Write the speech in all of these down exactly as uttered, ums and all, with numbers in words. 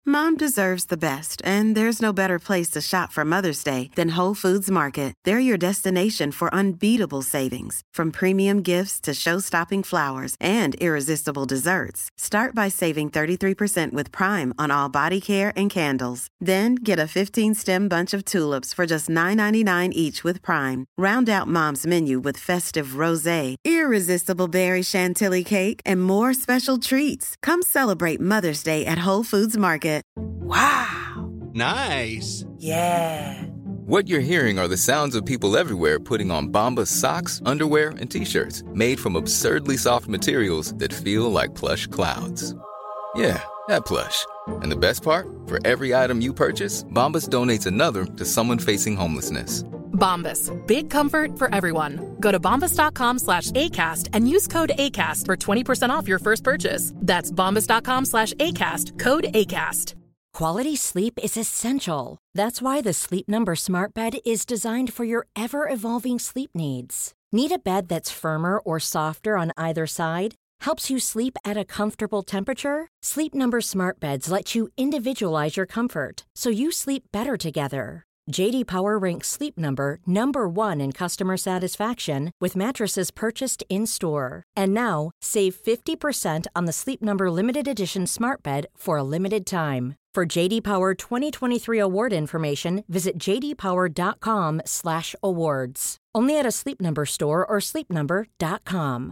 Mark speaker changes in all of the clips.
Speaker 1: Mom deserves the best, and there's no better place to shop for Mother's Day than Whole Foods Market. They're your destination for unbeatable savings, from premium gifts to show-stopping flowers and irresistible desserts. Start by saving thirty-three percent with Prime on all body care and candles. Then get a fifteen-stem bunch of tulips for just nine ninety-nine each with Prime. Round out Mom's menu with festive rosé, irresistible berry chantilly cake, and more special treats. Come celebrate Mother's Day at Whole Foods Market.
Speaker 2: Wow.
Speaker 3: Nice.
Speaker 2: Yeah.
Speaker 4: What you're hearing are the sounds of people everywhere putting on Bombas socks, underwear, and T-shirts made from absurdly soft materials that feel like plush clouds. Yeah, that plush. And the best part? For every item you purchase, Bombas donates another to someone facing homelessness.
Speaker 5: Bombas. Big comfort for everyone. Go to bombas.com slash ACAST and use code ACAST for twenty percent off your first purchase. That's bombas.com slash ACAST. Code ACAST.
Speaker 6: Quality sleep is essential. That's why the Sleep Number Smart Bed is designed for your ever-evolving sleep needs. Need a bed that's firmer or softer on either side? Helps you sleep at a comfortable temperature? Sleep Number Smart Beds let you individualize your comfort, so you sleep better together. J D Power ranks Sleep Number number one in customer satisfaction with mattresses purchased in-store. And now, save fifty percent on the Sleep Number Limited Edition Smart Bed for a limited time. For J D Power twenty twenty-three award information, visit j d power dot com slash awards. Only at a Sleep Number store or sleep number dot com.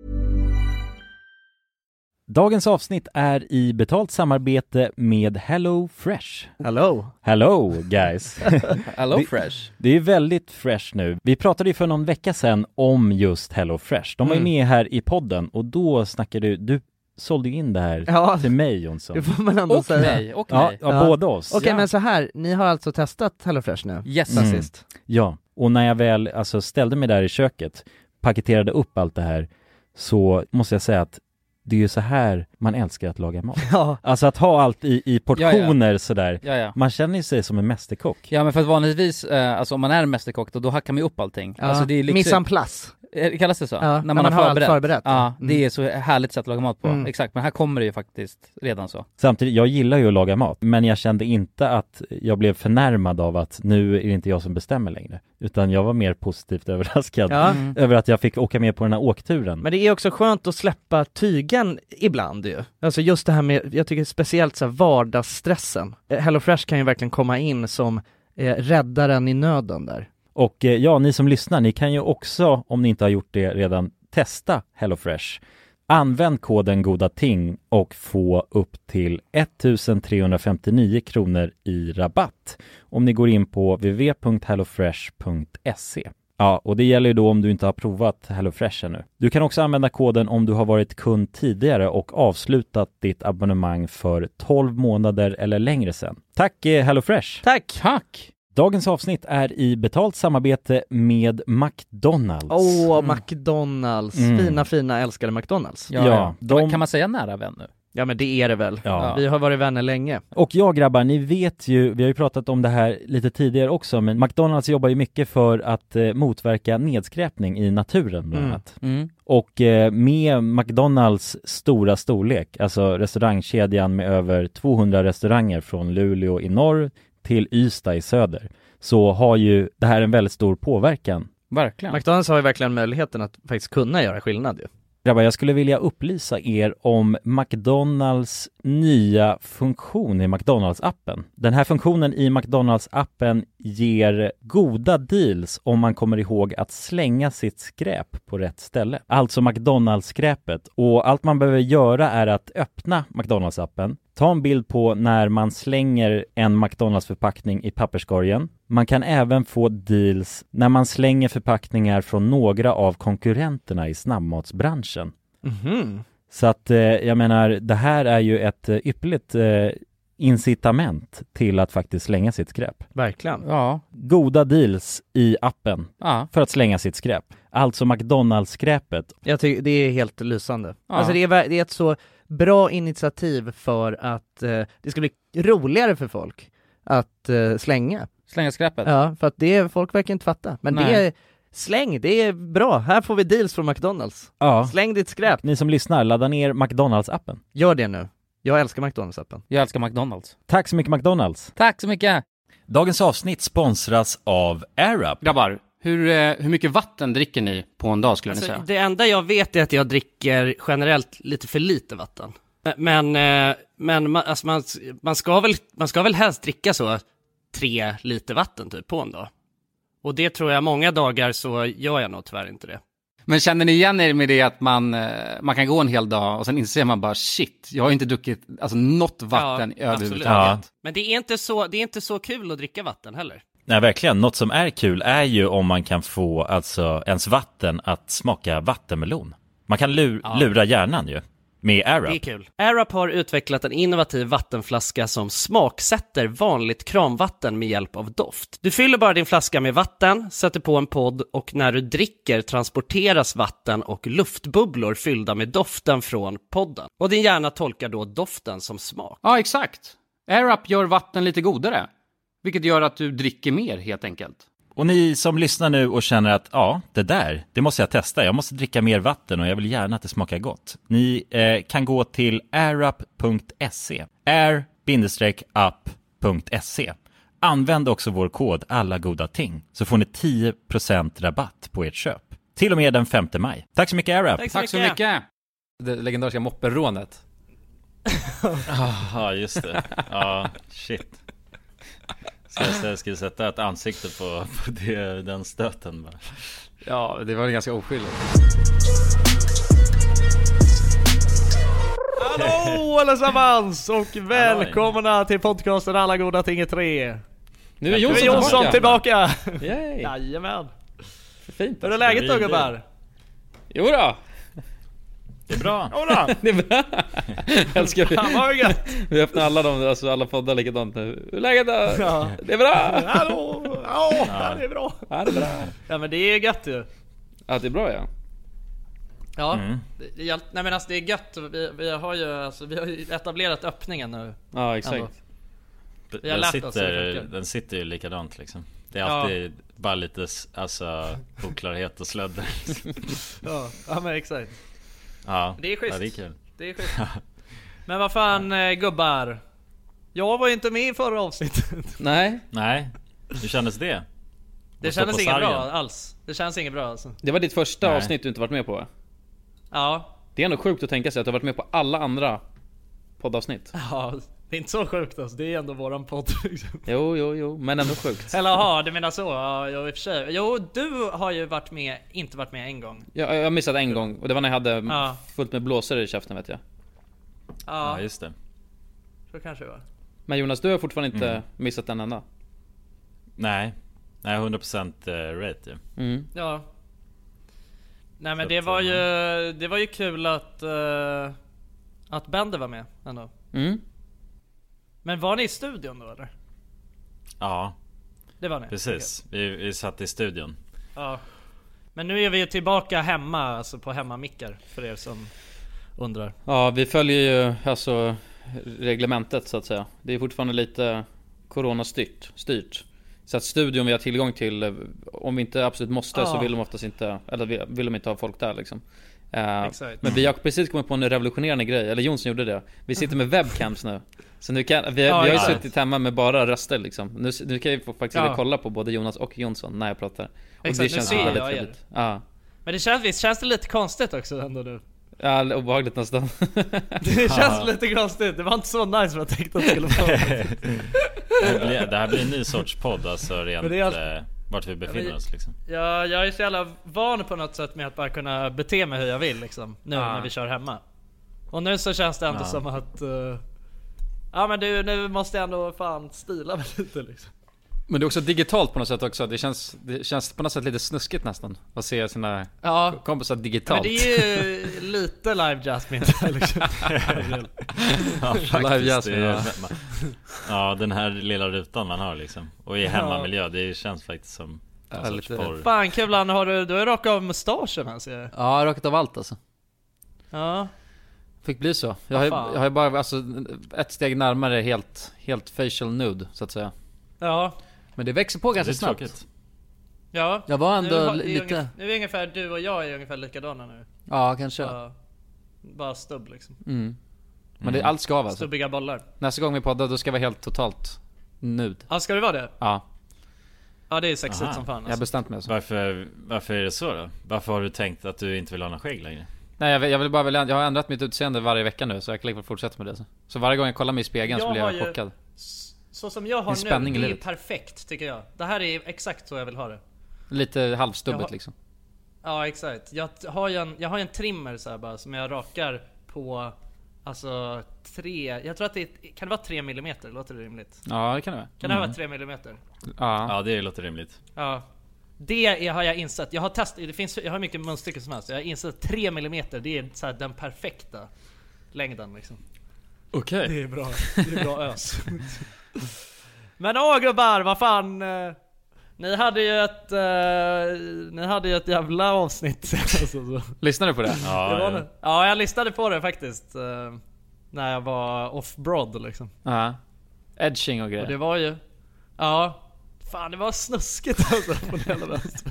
Speaker 7: Dagens avsnitt är i betalt samarbete med Hello Fresh.
Speaker 8: Hello.
Speaker 7: Hello guys.
Speaker 8: Hello
Speaker 7: det,
Speaker 8: Fresh.
Speaker 7: Det är väldigt fresh nu. Vi pratade ju för någon vecka sedan om just Hello Fresh. De var mm. med här i podden och då snackade du, du sålde in det här ja, till mig, Jonsson.
Speaker 8: Det får man ändå
Speaker 9: och
Speaker 8: säga.
Speaker 9: Mig, och
Speaker 7: ja,
Speaker 9: mig.
Speaker 7: Ja,
Speaker 8: ja,
Speaker 7: båda oss.
Speaker 8: Okej, okay,
Speaker 7: ja.
Speaker 8: Men så här, ni har alltså testat Hello Fresh nu?
Speaker 9: Yes.
Speaker 8: Mm. Sist.
Speaker 7: Ja, och när jag väl alltså, ställde mig där i köket, paketerade upp allt det här, så måste jag säga att det är ju så här man älskar att laga mat.
Speaker 8: Ja.
Speaker 7: Alltså att ha allt i, i portioner
Speaker 9: ja, ja.
Speaker 7: sådär.
Speaker 9: Ja, ja.
Speaker 7: Man känner sig som en mästerkock.
Speaker 9: Ja, men för att vanligtvis, eh, alltså om man är en mästerkock då, då hackar man ju upp allting.
Speaker 8: Ja.
Speaker 9: Alltså det är liksom...
Speaker 8: Mise en place.
Speaker 9: Kallas det så?
Speaker 8: Ja,
Speaker 9: när, man
Speaker 8: när man
Speaker 9: har
Speaker 8: har
Speaker 9: förberett.
Speaker 8: allt förberett.
Speaker 9: Ja,
Speaker 8: mm.
Speaker 9: det är så härligt sätt att laga mat på.
Speaker 8: Mm.
Speaker 9: Exakt, men här kommer det ju faktiskt redan så.
Speaker 7: Samtidigt, jag gillar ju att laga mat, men jag kände inte att jag blev förnärmad av att nu är det inte jag som bestämmer längre. Utan jag var mer positivt överraskad
Speaker 8: ja.
Speaker 7: mm. över att jag fick åka med på den här åkturen.
Speaker 8: Men det är också skönt att släppa tygen ibland ju. Alltså just det här med, jag tycker speciellt så här vardagsstressen. Hello Fresh kan ju verkligen komma in som eh, räddaren i nöden där.
Speaker 7: Och ja, ni som lyssnar, ni kan ju också, om ni inte har gjort det redan, testa Hello Fresh. Använd koden GODATING och få upp till ettusentrehundrafemtionio kronor i rabatt om ni går in på w w w punkt hello fresh punkt se. Ja, och det gäller ju då om du inte har provat Hello Fresh ännu. Du kan också använda koden om du har varit kund tidigare och avslutat ditt abonnemang för tolv månader eller längre sedan. Tack Hello Fresh!
Speaker 8: Tack!
Speaker 9: Tack!
Speaker 7: Dagens avsnitt är i betalt samarbete med McDonald's.
Speaker 8: Åh, oh, mm. McDonald's. Mm. Fina, fina, älskade McDonald's.
Speaker 9: Ja, ja. De... Kan man säga nära vän nu?
Speaker 8: Ja, men det är det väl.
Speaker 7: Ja.
Speaker 8: Vi har varit vänner länge.
Speaker 7: Och ja, grabbar, ni vet ju, vi har ju pratat om det här lite tidigare också, men McDonald's jobbar ju mycket för att eh, motverka nedskräpning i naturen bland annat.
Speaker 9: Mm. Mm.
Speaker 7: Och eh, med McDonald's stora storlek, alltså restaurangkedjan med över tvåhundra restauranger från Luleå i norr till Ystad i söder, så har ju det här en väldigt stor påverkan.
Speaker 9: Verkligen.
Speaker 8: McDonald's har ju verkligen möjligheten att faktiskt kunna göra skillnad ju.
Speaker 7: Grabbar, jag skulle vilja upplysa er om McDonald's nya funktion i McDonald's-appen. Den här funktionen i McDonald's-appen ger goda deals om man kommer ihåg att slänga sitt skräp på rätt ställe. Alltså McDonald's-skräpet. Och allt man behöver göra är att öppna McDonald's-appen, ta en bild på när man slänger en McDonald's-förpackning i papperskorgen. Man kan även få deals när man slänger förpackningar från några av konkurrenterna i snabbmatsbranschen.
Speaker 8: Mm-hmm.
Speaker 7: Så att eh, jag menar, det här är ju ett eh, ypperligt eh, incitament till att faktiskt slänga sitt skräp.
Speaker 8: Verkligen.
Speaker 9: Ja.
Speaker 7: Goda deals i appen
Speaker 9: ja.
Speaker 7: för att slänga sitt skräp. Alltså McDonald's-skräpet.
Speaker 8: Jag tycker det är helt lysande.
Speaker 9: Ja.
Speaker 8: Alltså det är, det är ett så bra initiativ för att eh, det ska bli roligare för folk att eh, slänga.
Speaker 9: Slänga skräpet?
Speaker 8: Ja, för att det folk verkar inte fatta. Men
Speaker 9: Nej.
Speaker 8: det är, släng, det är bra. Här får vi deals från McDonald's.
Speaker 7: Ja.
Speaker 8: Släng ditt skräp.
Speaker 7: Ni som lyssnar, ladda ner McDonald's-appen.
Speaker 8: Gör det nu. Jag älskar McDonalds-appen.
Speaker 9: Jag älskar McDonalds.
Speaker 7: Tack så mycket McDonalds.
Speaker 9: Tack så mycket.
Speaker 7: Dagens avsnitt sponsras av AirUp.
Speaker 3: Grabbar, hur, eh, hur mycket vatten dricker ni på en dag skulle
Speaker 10: Alltså,
Speaker 3: ni säga?
Speaker 10: det enda jag vet är att jag dricker generellt lite för lite vatten. Men, eh, men man, alltså man, man, ska väl, man ska väl helst dricka så tre liter vatten typ på en dag. Och det tror jag många dagar så gör jag nog tyvärr inte det.
Speaker 3: Men känner ni igen er med det att man, eh, man kan gå en hel dag och sen inser man bara shit, jag har inte druckit alltså, något vatten
Speaker 10: Ja,
Speaker 3: överhuvudtaget.
Speaker 7: Ja.
Speaker 10: Men det är, inte så, det är inte så kul att dricka vatten heller.
Speaker 7: Nej, verkligen. Något som är kul är ju om man kan få alltså ens vatten att smaka vattenmelon. Man kan lur,
Speaker 10: Ja.
Speaker 7: lura hjärnan ju med
Speaker 10: Det är
Speaker 7: AirUp.
Speaker 10: kul. AirUp har utvecklat en innovativ vattenflaska som smaksätter vanligt kranvatten med hjälp av doft. Du fyller bara din flaska med vatten, sätter på en podd och när du dricker transporteras vatten och luftbubblor fyllda med doften från podden. Och din hjärna tolkar då doften som smak.
Speaker 3: Ja, exakt. AirUp gör vatten lite godare. Vilket gör att du dricker mer helt enkelt.
Speaker 7: Och ni som lyssnar nu och känner att ja, det där, det måste jag testa. Jag måste dricka mer vatten och jag vill gärna att det smakar gott. Ni eh, kan gå till airup punkt se. air up punkt se. Använd också vår kod alla goda ting så får ni tio procent rabatt på ert köp. Till och med den femte maj. Tack så mycket AirUp.
Speaker 10: Tack så
Speaker 3: Tack så
Speaker 10: mycket.
Speaker 3: mycket.
Speaker 9: Det legendariska mopperånet.
Speaker 7: Ja, just det. Ja, shit. Ska jag, ska jag sätta ett ansikte på, på det, den stöten bara.
Speaker 3: Ja, det var ganska oskyldigt.
Speaker 8: Hallå allesammans och välkomna till podcasten Alla goda ting är tre.
Speaker 9: Nu är
Speaker 8: Nu
Speaker 9: Jonsson,
Speaker 8: är Jonsson tillbaka.
Speaker 9: Yay.
Speaker 8: Jajamän.
Speaker 9: Fint.
Speaker 8: Hur är läget då gubbar?
Speaker 9: Jo då.
Speaker 7: Det är bra.
Speaker 8: Jodå.
Speaker 9: Det är bra. Älskar vi.
Speaker 8: Fan vad gött.
Speaker 9: Vi öppnar alla de, alltså alla poddar likadant nu. Hur är läget då?
Speaker 8: Ja.
Speaker 9: Det är bra.
Speaker 8: Hallå. Ja, det är bra.
Speaker 9: Ja, det är bra.
Speaker 8: Ja men det är gött ju.
Speaker 9: Ja, det är bra, ja.
Speaker 10: Ja,
Speaker 7: Mm.
Speaker 10: det, det, hjäl- nej men alltså det är gött. Vi, vi, har ju, alltså, vi har ju etablerat öppningen nu.
Speaker 9: Ja, exakt.
Speaker 10: Ändå. Vi har
Speaker 7: Den
Speaker 10: lärt oss hur det
Speaker 7: sitter,
Speaker 10: funkar.
Speaker 7: den sitter ju likadant liksom. Det är
Speaker 10: Ja.
Speaker 7: alltid bara lite s- alltså, oklarhet och slödder.
Speaker 8: Ja, ja men exakt.
Speaker 7: Ja,
Speaker 10: Det är schysst.
Speaker 7: ja, det är kul.
Speaker 10: Det är schysst. Men vad fan eh, gubbar. Jag var ju inte med i förra avsnittet.
Speaker 9: Nej,
Speaker 7: Nej, hur kändes det?
Speaker 10: Det
Speaker 7: Och stå
Speaker 10: kändes
Speaker 7: på
Speaker 10: inget bra
Speaker 7: sargen.
Speaker 10: alls. Det känns inget bra alltså.
Speaker 9: det var ditt första
Speaker 7: Nej.
Speaker 9: avsnitt du inte varit med på.
Speaker 10: Ja.
Speaker 9: Det är ändå sjukt att tänka sig att du har varit med på alla andra poddavsnitt.
Speaker 10: Ja, det är inte så sjukt alltså. Det är ändå våran podd liksom.
Speaker 9: Jo, jo, jo, men ändå sjukt.
Speaker 10: Eller jaha, du menar så? Ja, jag i och för sig. Jo, du har ju varit med, inte varit med en gång.
Speaker 9: Jag, jag har missat en gång och det var när jag hade
Speaker 10: Ja.
Speaker 9: fullt med blåsor i käften, vet jag.
Speaker 10: Ja,
Speaker 7: Ja, just det.
Speaker 10: så kanske det var.
Speaker 9: Men Jonas, du har fortfarande inte
Speaker 7: Mm.
Speaker 9: missat en enda.
Speaker 7: Nej, nej hundra procent rate ju.
Speaker 9: Mm.
Speaker 10: Ja. Nej men
Speaker 7: Så
Speaker 10: det
Speaker 7: att,
Speaker 10: var
Speaker 7: eh,
Speaker 10: ju, det var ju kul att, uh, att Bender var med ändå.
Speaker 9: Mm.
Speaker 10: Men var ni i studion då eller?
Speaker 7: Ja,
Speaker 10: Det var ni?
Speaker 7: precis. Vi, vi satt i studion.
Speaker 10: Okej. Ja. Men nu är vi ju tillbaka hemma, alltså på hemmamickar för er som undrar.
Speaker 9: Ja, vi följer ju alltså reglementet så att säga. Det är fortfarande lite coronastyrt, styrt. Så att studion vi har tillgång till, om vi inte absolut måste,
Speaker 10: Ja.
Speaker 9: så vill de oftast inte, eller vill- vill de inte ha folk där liksom. Eh,
Speaker 10: Exakt.
Speaker 9: Men vi har precis kommit på en revolutionerande grej, eller Jonsson gjorde det. Vi sitter med webcams nu. Så nu kan, vi,
Speaker 10: Ja,
Speaker 9: vi har ju
Speaker 10: exakt.
Speaker 9: suttit hemma med bara röster liksom. Nu, nu kan jag få faktiskt
Speaker 10: Ja.
Speaker 9: kolla på både Jonas och Jonsson när jag pratar. Och
Speaker 10: Exakt,
Speaker 9: det
Speaker 10: nu
Speaker 9: känns
Speaker 10: ser
Speaker 9: väldigt
Speaker 10: jag er.
Speaker 9: trevligt. Ja.
Speaker 10: Men det känns, visst känns det lite konstigt också ändå nu.
Speaker 9: Ja, obehagligt nästan.
Speaker 10: Det känns lite konstigt, det var inte så nice som jag tänkte att det skulle vara.
Speaker 7: Det här blir, det här blir en ny sorts podd alltså rent
Speaker 10: Men det är allt-
Speaker 7: eh, vart vi befinner
Speaker 10: Ja, men-
Speaker 7: oss liksom.
Speaker 10: Ja, jag är så jävla van på något sätt med att bara kunna bete mig hur jag vill liksom. Nu
Speaker 9: Ja.
Speaker 10: när vi kör hemma. Och nu så känns det ändå
Speaker 7: Ja.
Speaker 10: som att uh, ja men du, nu måste jag ändå fan stila mig lite liksom.
Speaker 9: Men det är också digitalt på något sätt också. Det känns, det känns på något sätt lite snuskigt nästan att se sina
Speaker 10: Ja,
Speaker 9: kompisar
Speaker 10: men
Speaker 9: digitalt.
Speaker 10: det är ju lite live Jasmine där, liksom.
Speaker 7: Ja,
Speaker 9: Live
Speaker 7: faktiskt.
Speaker 9: Jasmine,
Speaker 7: Det är-
Speaker 9: ja.
Speaker 7: man- Ja, den här lilla rutan man har liksom. Och i hemmamiljö, det känns faktiskt som en
Speaker 9: Ja,
Speaker 7: sorts
Speaker 9: lite-
Speaker 7: porr.
Speaker 10: Fan Kulan, har du, du har rakat av mustaschen här ser jag.
Speaker 9: Ja, jag har rakat av allt alltså.
Speaker 10: Ja,
Speaker 9: Fick bli så. Jag har, ju,
Speaker 10: Vad fan.
Speaker 9: jag har ju bara alltså, ett steg närmare helt, helt facial nude så att säga.
Speaker 10: ja,
Speaker 9: Men det växer på
Speaker 7: Det är
Speaker 9: ganska snabbt.
Speaker 7: tråkigt.
Speaker 10: ja.
Speaker 9: Jag var ändå
Speaker 10: nu, har-
Speaker 9: li-
Speaker 10: det är
Speaker 9: lite...
Speaker 10: ungefär, nu är ungefär du och jag är ungefär likadana nu.
Speaker 9: Ja, kanske.
Speaker 10: Bara, bara stubb liksom.
Speaker 9: Mm.
Speaker 3: Men det, allt ska vara alltså.
Speaker 10: Stubbiga bollar.
Speaker 3: Nästa gång vi poddar då ska vi vara helt totalt nud.
Speaker 10: Ja, ska det vara det?
Speaker 3: Ja.
Speaker 10: Ja, det är sexigt
Speaker 7: Aha.
Speaker 10: som fan alltså.
Speaker 3: Jag har bestämt mig så.
Speaker 7: Varför, varför är det så då? Varför har du tänkt att du inte vill ha någon skägg längre?
Speaker 3: Nej, jag vill, jag vill bara väl, jag har ändrat mitt utseende varje vecka nu, så jag kan lika fortsätta med det. Så, så varje gång jag kollar mig i spegeln så blir jag chockad.
Speaker 10: Så som jag har nu, det är ju perfekt tycker jag. Det här är exakt så jag vill ha det.
Speaker 3: Lite halvstubbigt
Speaker 10: har,
Speaker 3: liksom.
Speaker 10: Ja, exakt. Jag har ju en, jag har en trimmer så här bara, som jag rakar på, alltså tre, jag tror att det kan det vara tre millimeter, låter det rimligt?
Speaker 3: Ja, det kan det vara.
Speaker 10: Kan det mm. vara tre millimeter?
Speaker 3: Ja.
Speaker 7: Ja, det låter rimligt.
Speaker 10: Ja. Det är, har jag insett. Jag har testat, det finns, jag har mycket munstycken som helst. Jag har insett att tre millimeter, det är så här den perfekta längden liksom.
Speaker 3: Okej. Okay.
Speaker 10: Det är bra. Det är bra ös. Men åh gubbar, vad fan. Eh, ni hade ju ett eh, ni hade ju ett jävla avsnitt. Alltså,
Speaker 3: lyssnade du på det?
Speaker 10: Ja, det var ja. ja, jag lyssnade på det faktiskt. Eh, när jag var off-broad liksom.
Speaker 3: Ja. Edging och grejer. Och
Speaker 10: det var ju, ja. Fan, det var snuskigt alltså på hela vänster.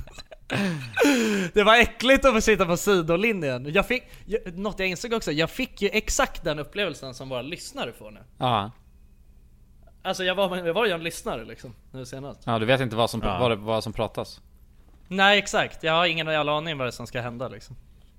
Speaker 10: Det var äckligt att få sitta på sidolinjen. Jag fick, jag, något jag insåg också, jag fick ju exakt den upplevelsen som våra lyssnare får nu.
Speaker 3: Ja.
Speaker 10: Alltså jag var, jag var ju en lyssnare liksom, nu senast.
Speaker 3: Ja, du vet inte vad som, ja. vad, det, vad som pratas.
Speaker 10: Nej, exakt. Jag har ingen jävla aning vad det som ska hända liksom.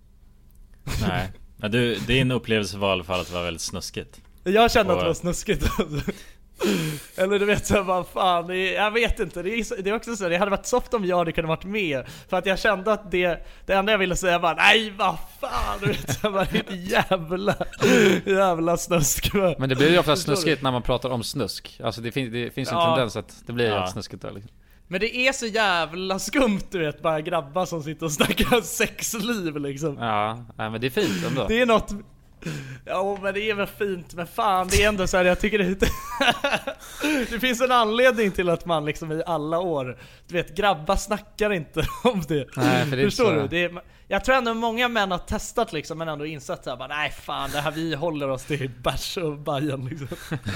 Speaker 7: Nej, men du, din upplevelse var i alla fall att det var väldigt snuskigt.
Speaker 10: Jag kände och... att det var snuskigt alltså. Eller du vet så vad fan, det är, jag vet inte, det är, det är också så, det hade varit soft om jag hade kunnat varit med. För att jag kände att det, det enda jag ville säga var nej vad fan, du vet så var det jävla jävla snusk.
Speaker 3: Men det blir ju ofta snuskigt när man pratar om snusk. Alltså det, fin, det finns en ja. tendens att det blir ja. snuskigt där liksom. Men
Speaker 10: det är så jävla skumt, du vet, bara grabbar som sitter och snackar sexliv liksom.
Speaker 3: Ja, nej, men det är fint ändå.
Speaker 10: Det är något. Ja, men det är väl fint. Men fan, det är ändå så här, jag tycker det det finns en anledning till att man liksom i alla år, du vet, grabbar snackar inte om det.
Speaker 3: Nej, för det
Speaker 10: förstår
Speaker 3: så...
Speaker 10: du? Det är, jag tror ändå många män har testat liksom, men ändå insett så här, bara, nej fan, det här vi håller oss till bärs och bajen liksom.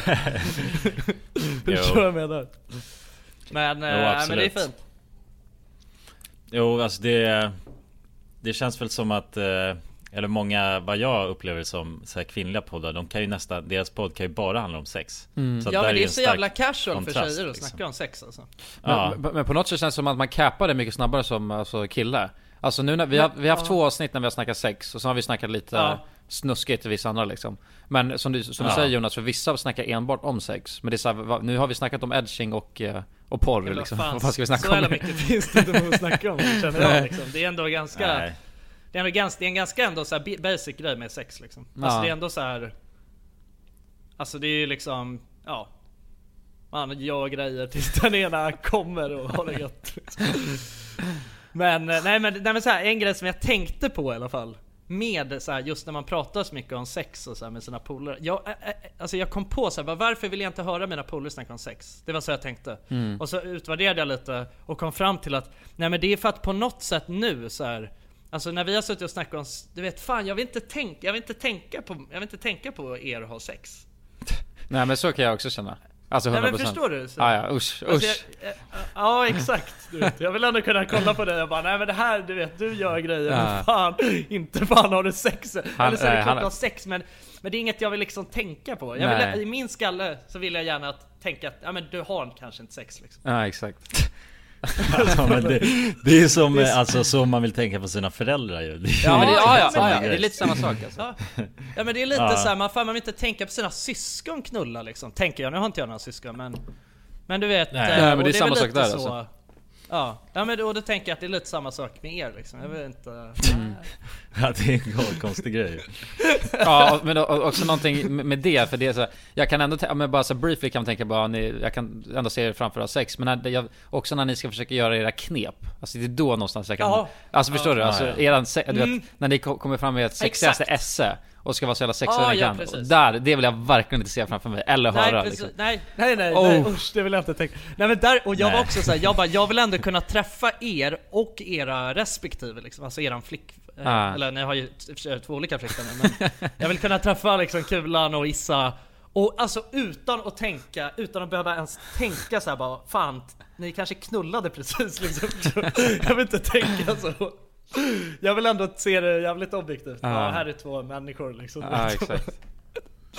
Speaker 10: Förstår du vad jag menar? Men, jo, äh, men det är fint.
Speaker 7: Jo, alltså det det känns väl som att eh... eller många, vad jag upplever som så här kvinnliga poddar, de kan ju nästan, deras podd kan ju bara handla om sex.
Speaker 3: Mm.
Speaker 10: Så ja, men det är så jävla casual för tjejer att liksom. snacka om sex alltså.
Speaker 3: Ja. Men, men på något sätt känns det som att man capar det mycket snabbare som alltså, killar. Alltså nu när vi har, vi har haft ja. två avsnitt när vi har snackat sex, och så har vi snackat lite ja. snuskigt till vissa andra liksom. Men som du, som du ja. säger Jonas, för vissa snackar enbart om sex. Men det är så här, nu har vi snackat om edging och, och porr liksom. Vad ska vi snacka
Speaker 10: så
Speaker 3: om?
Speaker 10: Så mycket finns det inte att snacka om, känner jag liksom. Det är ändå ganska... Nej. Det är, ganska, det är en ganska ändå så här basic grej med sex liksom. Alltså ja. det är ändå så här. Alltså det är ju liksom, ja, man gör grejer tills den ena kommer och har det gött liksom. Men nej men, nej, men så här, en grej som jag tänkte på i alla fall med så här, just när man pratar så mycket om sex och så här, med sina polare. Jag, äh, alltså jag kom på så här, varför vill jag inte höra mina polare snacka om sex? Det var så jag tänkte. Mm. Och så utvärderade jag lite och kom fram till att nej men det är för att på något sätt nu så här. Alltså när vi har suttit och snackat om, du vet fan, jag vill inte tänka, jag vill inte tänka på, jag vill inte tänka på er ha sex.
Speaker 3: Nej men så kan jag också känna. Alltså hundra procent.
Speaker 10: Nej, men förstår du? Så.
Speaker 3: Ah, ja, usch, usch.
Speaker 10: Alltså, jag, jag, ja, exakt. Du vet, jag vill ändå kunna kolla på det. Jag bara, nej men det här, du vet, du gör grejer. Ja. Men fan, inte fan har du sex. Han, Eller så är det klart han har sex, men, men det är inget jag vill liksom tänka på. Jag vill, i min skalle så vill jag gärna att tänka att, ja men du har kanske inte sex liksom.
Speaker 3: Ja, exakt.
Speaker 7: Alltså, men det, det är som det är... Alltså, så man vill tänka på sina föräldrar ju. Det
Speaker 3: ja, men det, ja, ja, ja, ja, det är lite samma sak alltså.
Speaker 10: Ja, ja men det är lite ja. så här, man får man vill inte tänka på sina syskon knulla liksom. Tänker jag, nu har inte jag några syskon, men men du vet,
Speaker 3: nej, nej men det är, det är samma sak där så. Alltså.
Speaker 10: Ja, ja men då, då tänker jag att det är lite samma sak med er liksom. Jag vet inte.
Speaker 7: Mm. Ja, det är en konstig grej.
Speaker 3: Ja, men också någonting med det, för det är så här, jag kan ändå t- men bara så briefly kan man tänka bara ni, jag kan ändå se er framför oss sex, men när, jag, också när ni ska försöka göra era knep. Alltså det är då någonstans jag kan. Ja. Alltså förstår ja. du? Alltså eran, du vet, mm. när ni kommer fram med ett sexigaste esse och ska vara så jävla sexig ah, ja, kan. Där, det vill jag verkligen inte se framför mig eller
Speaker 10: nej,
Speaker 3: höra
Speaker 10: precis,
Speaker 3: liksom.
Speaker 10: nej, nej, nej, oh. nej, usch, det vill jag inte tänka. Nej men där, och jag nej. var också så här, jag bara, jag vill ändå kunna träffa er och era respektive liksom, alltså eran flick ah. eller ni har ju två olika flickar nu, men jag vill kunna träffa liksom Kulan och Issa. Och alltså utan att tänka, utan att behöva ens tänka så här bara, fan, ni kanske knullade precis liksom. Jag vill inte tänka så. Jag vill ändå se det jävligt objektivt. Ah. Ja, här är två människor liksom.
Speaker 3: Ja, exakt.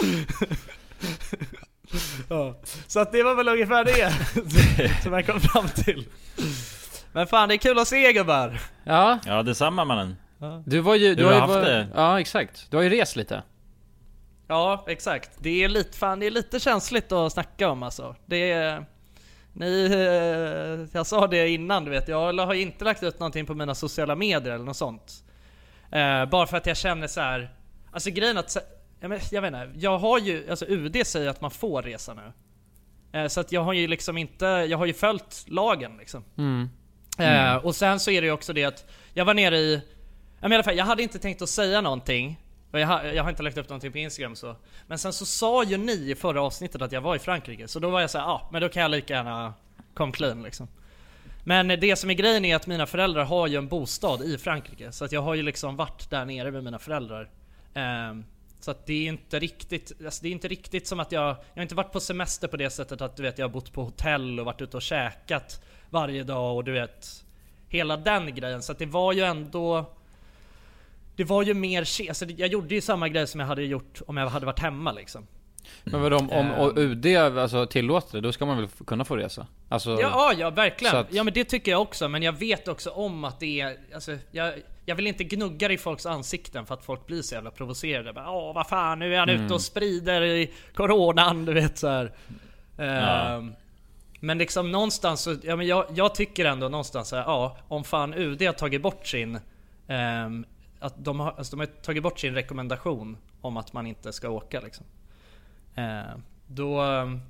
Speaker 8: Ja. Så att det var väl ungefär det som jag kom fram till. Men fan, det är kul att se, gubbar.
Speaker 3: Ja,
Speaker 7: Ja, detsamma mannen.
Speaker 3: du var ju... Du
Speaker 7: Hur
Speaker 3: har
Speaker 7: har
Speaker 3: ju
Speaker 7: du haft
Speaker 3: varit-
Speaker 7: det?
Speaker 3: Ja, exakt. Du har ju rest lite.
Speaker 8: Ja, exakt. Det är lite, fan, det är lite känsligt att snacka om alltså. Det är... Ni, eh, jag sa det innan, du vet. Jag har ju inte lagt ut någonting på mina sociala medier eller något sånt. Eh, bara för att jag känner så här. Alltså grejen att, jag, men, jag vet inte, jag har ju, alltså U D säger att man får resa nu. Eh, så att jag har ju liksom inte, jag har ju följt lagen liksom.
Speaker 3: Mm.
Speaker 8: Eh, och sen så är det ju också det att jag var nere i, jag menar, i alla fall, jag hade inte tänkt att säga någonting. Och jag, har, jag har inte lagt upp någonting på Instagram så. Men sen så sa ju ni i förra avsnittet att jag var i Frankrike. Så då var jag så här, ja, ah, men då kan jag lika gärna come clean liksom. Men det som är grejen är att mina föräldrar har ju en bostad i Frankrike. Så att jag har ju liksom varit där nere med mina föräldrar. Um, så att det är inte riktigt, alltså det är inte riktigt som att jag, jag har inte varit på semester på det sättet att du vet, jag har bott på hotell och varit ute och käkat varje dag och du vet, hela den grejen. Så att det var ju ändå, det var ju mer, alltså jag gjorde ju samma grej som jag hade gjort om jag hade varit hemma liksom.
Speaker 3: Men vad om, om och U D alltså tillåter det, då ska man väl kunna få resa? Alltså,
Speaker 8: ja, ja, verkligen.
Speaker 3: att...
Speaker 8: Ja, men det tycker jag också. Men jag vet också om att det är, alltså, jag, jag vill inte gnugga i folks ansikten för att folk blir så jävla provocerade. Åh, vad fan, nu är han mm. ute och sprider i coronan, du vet så här. Ja. Um, men liksom någonstans så, ja, men jag, jag tycker ändå någonstans så här, ja, om fan U D har tagit bort sin um, att de har, alltså de har tagit bort sin rekommendation om att man inte ska åka liksom. Uh, då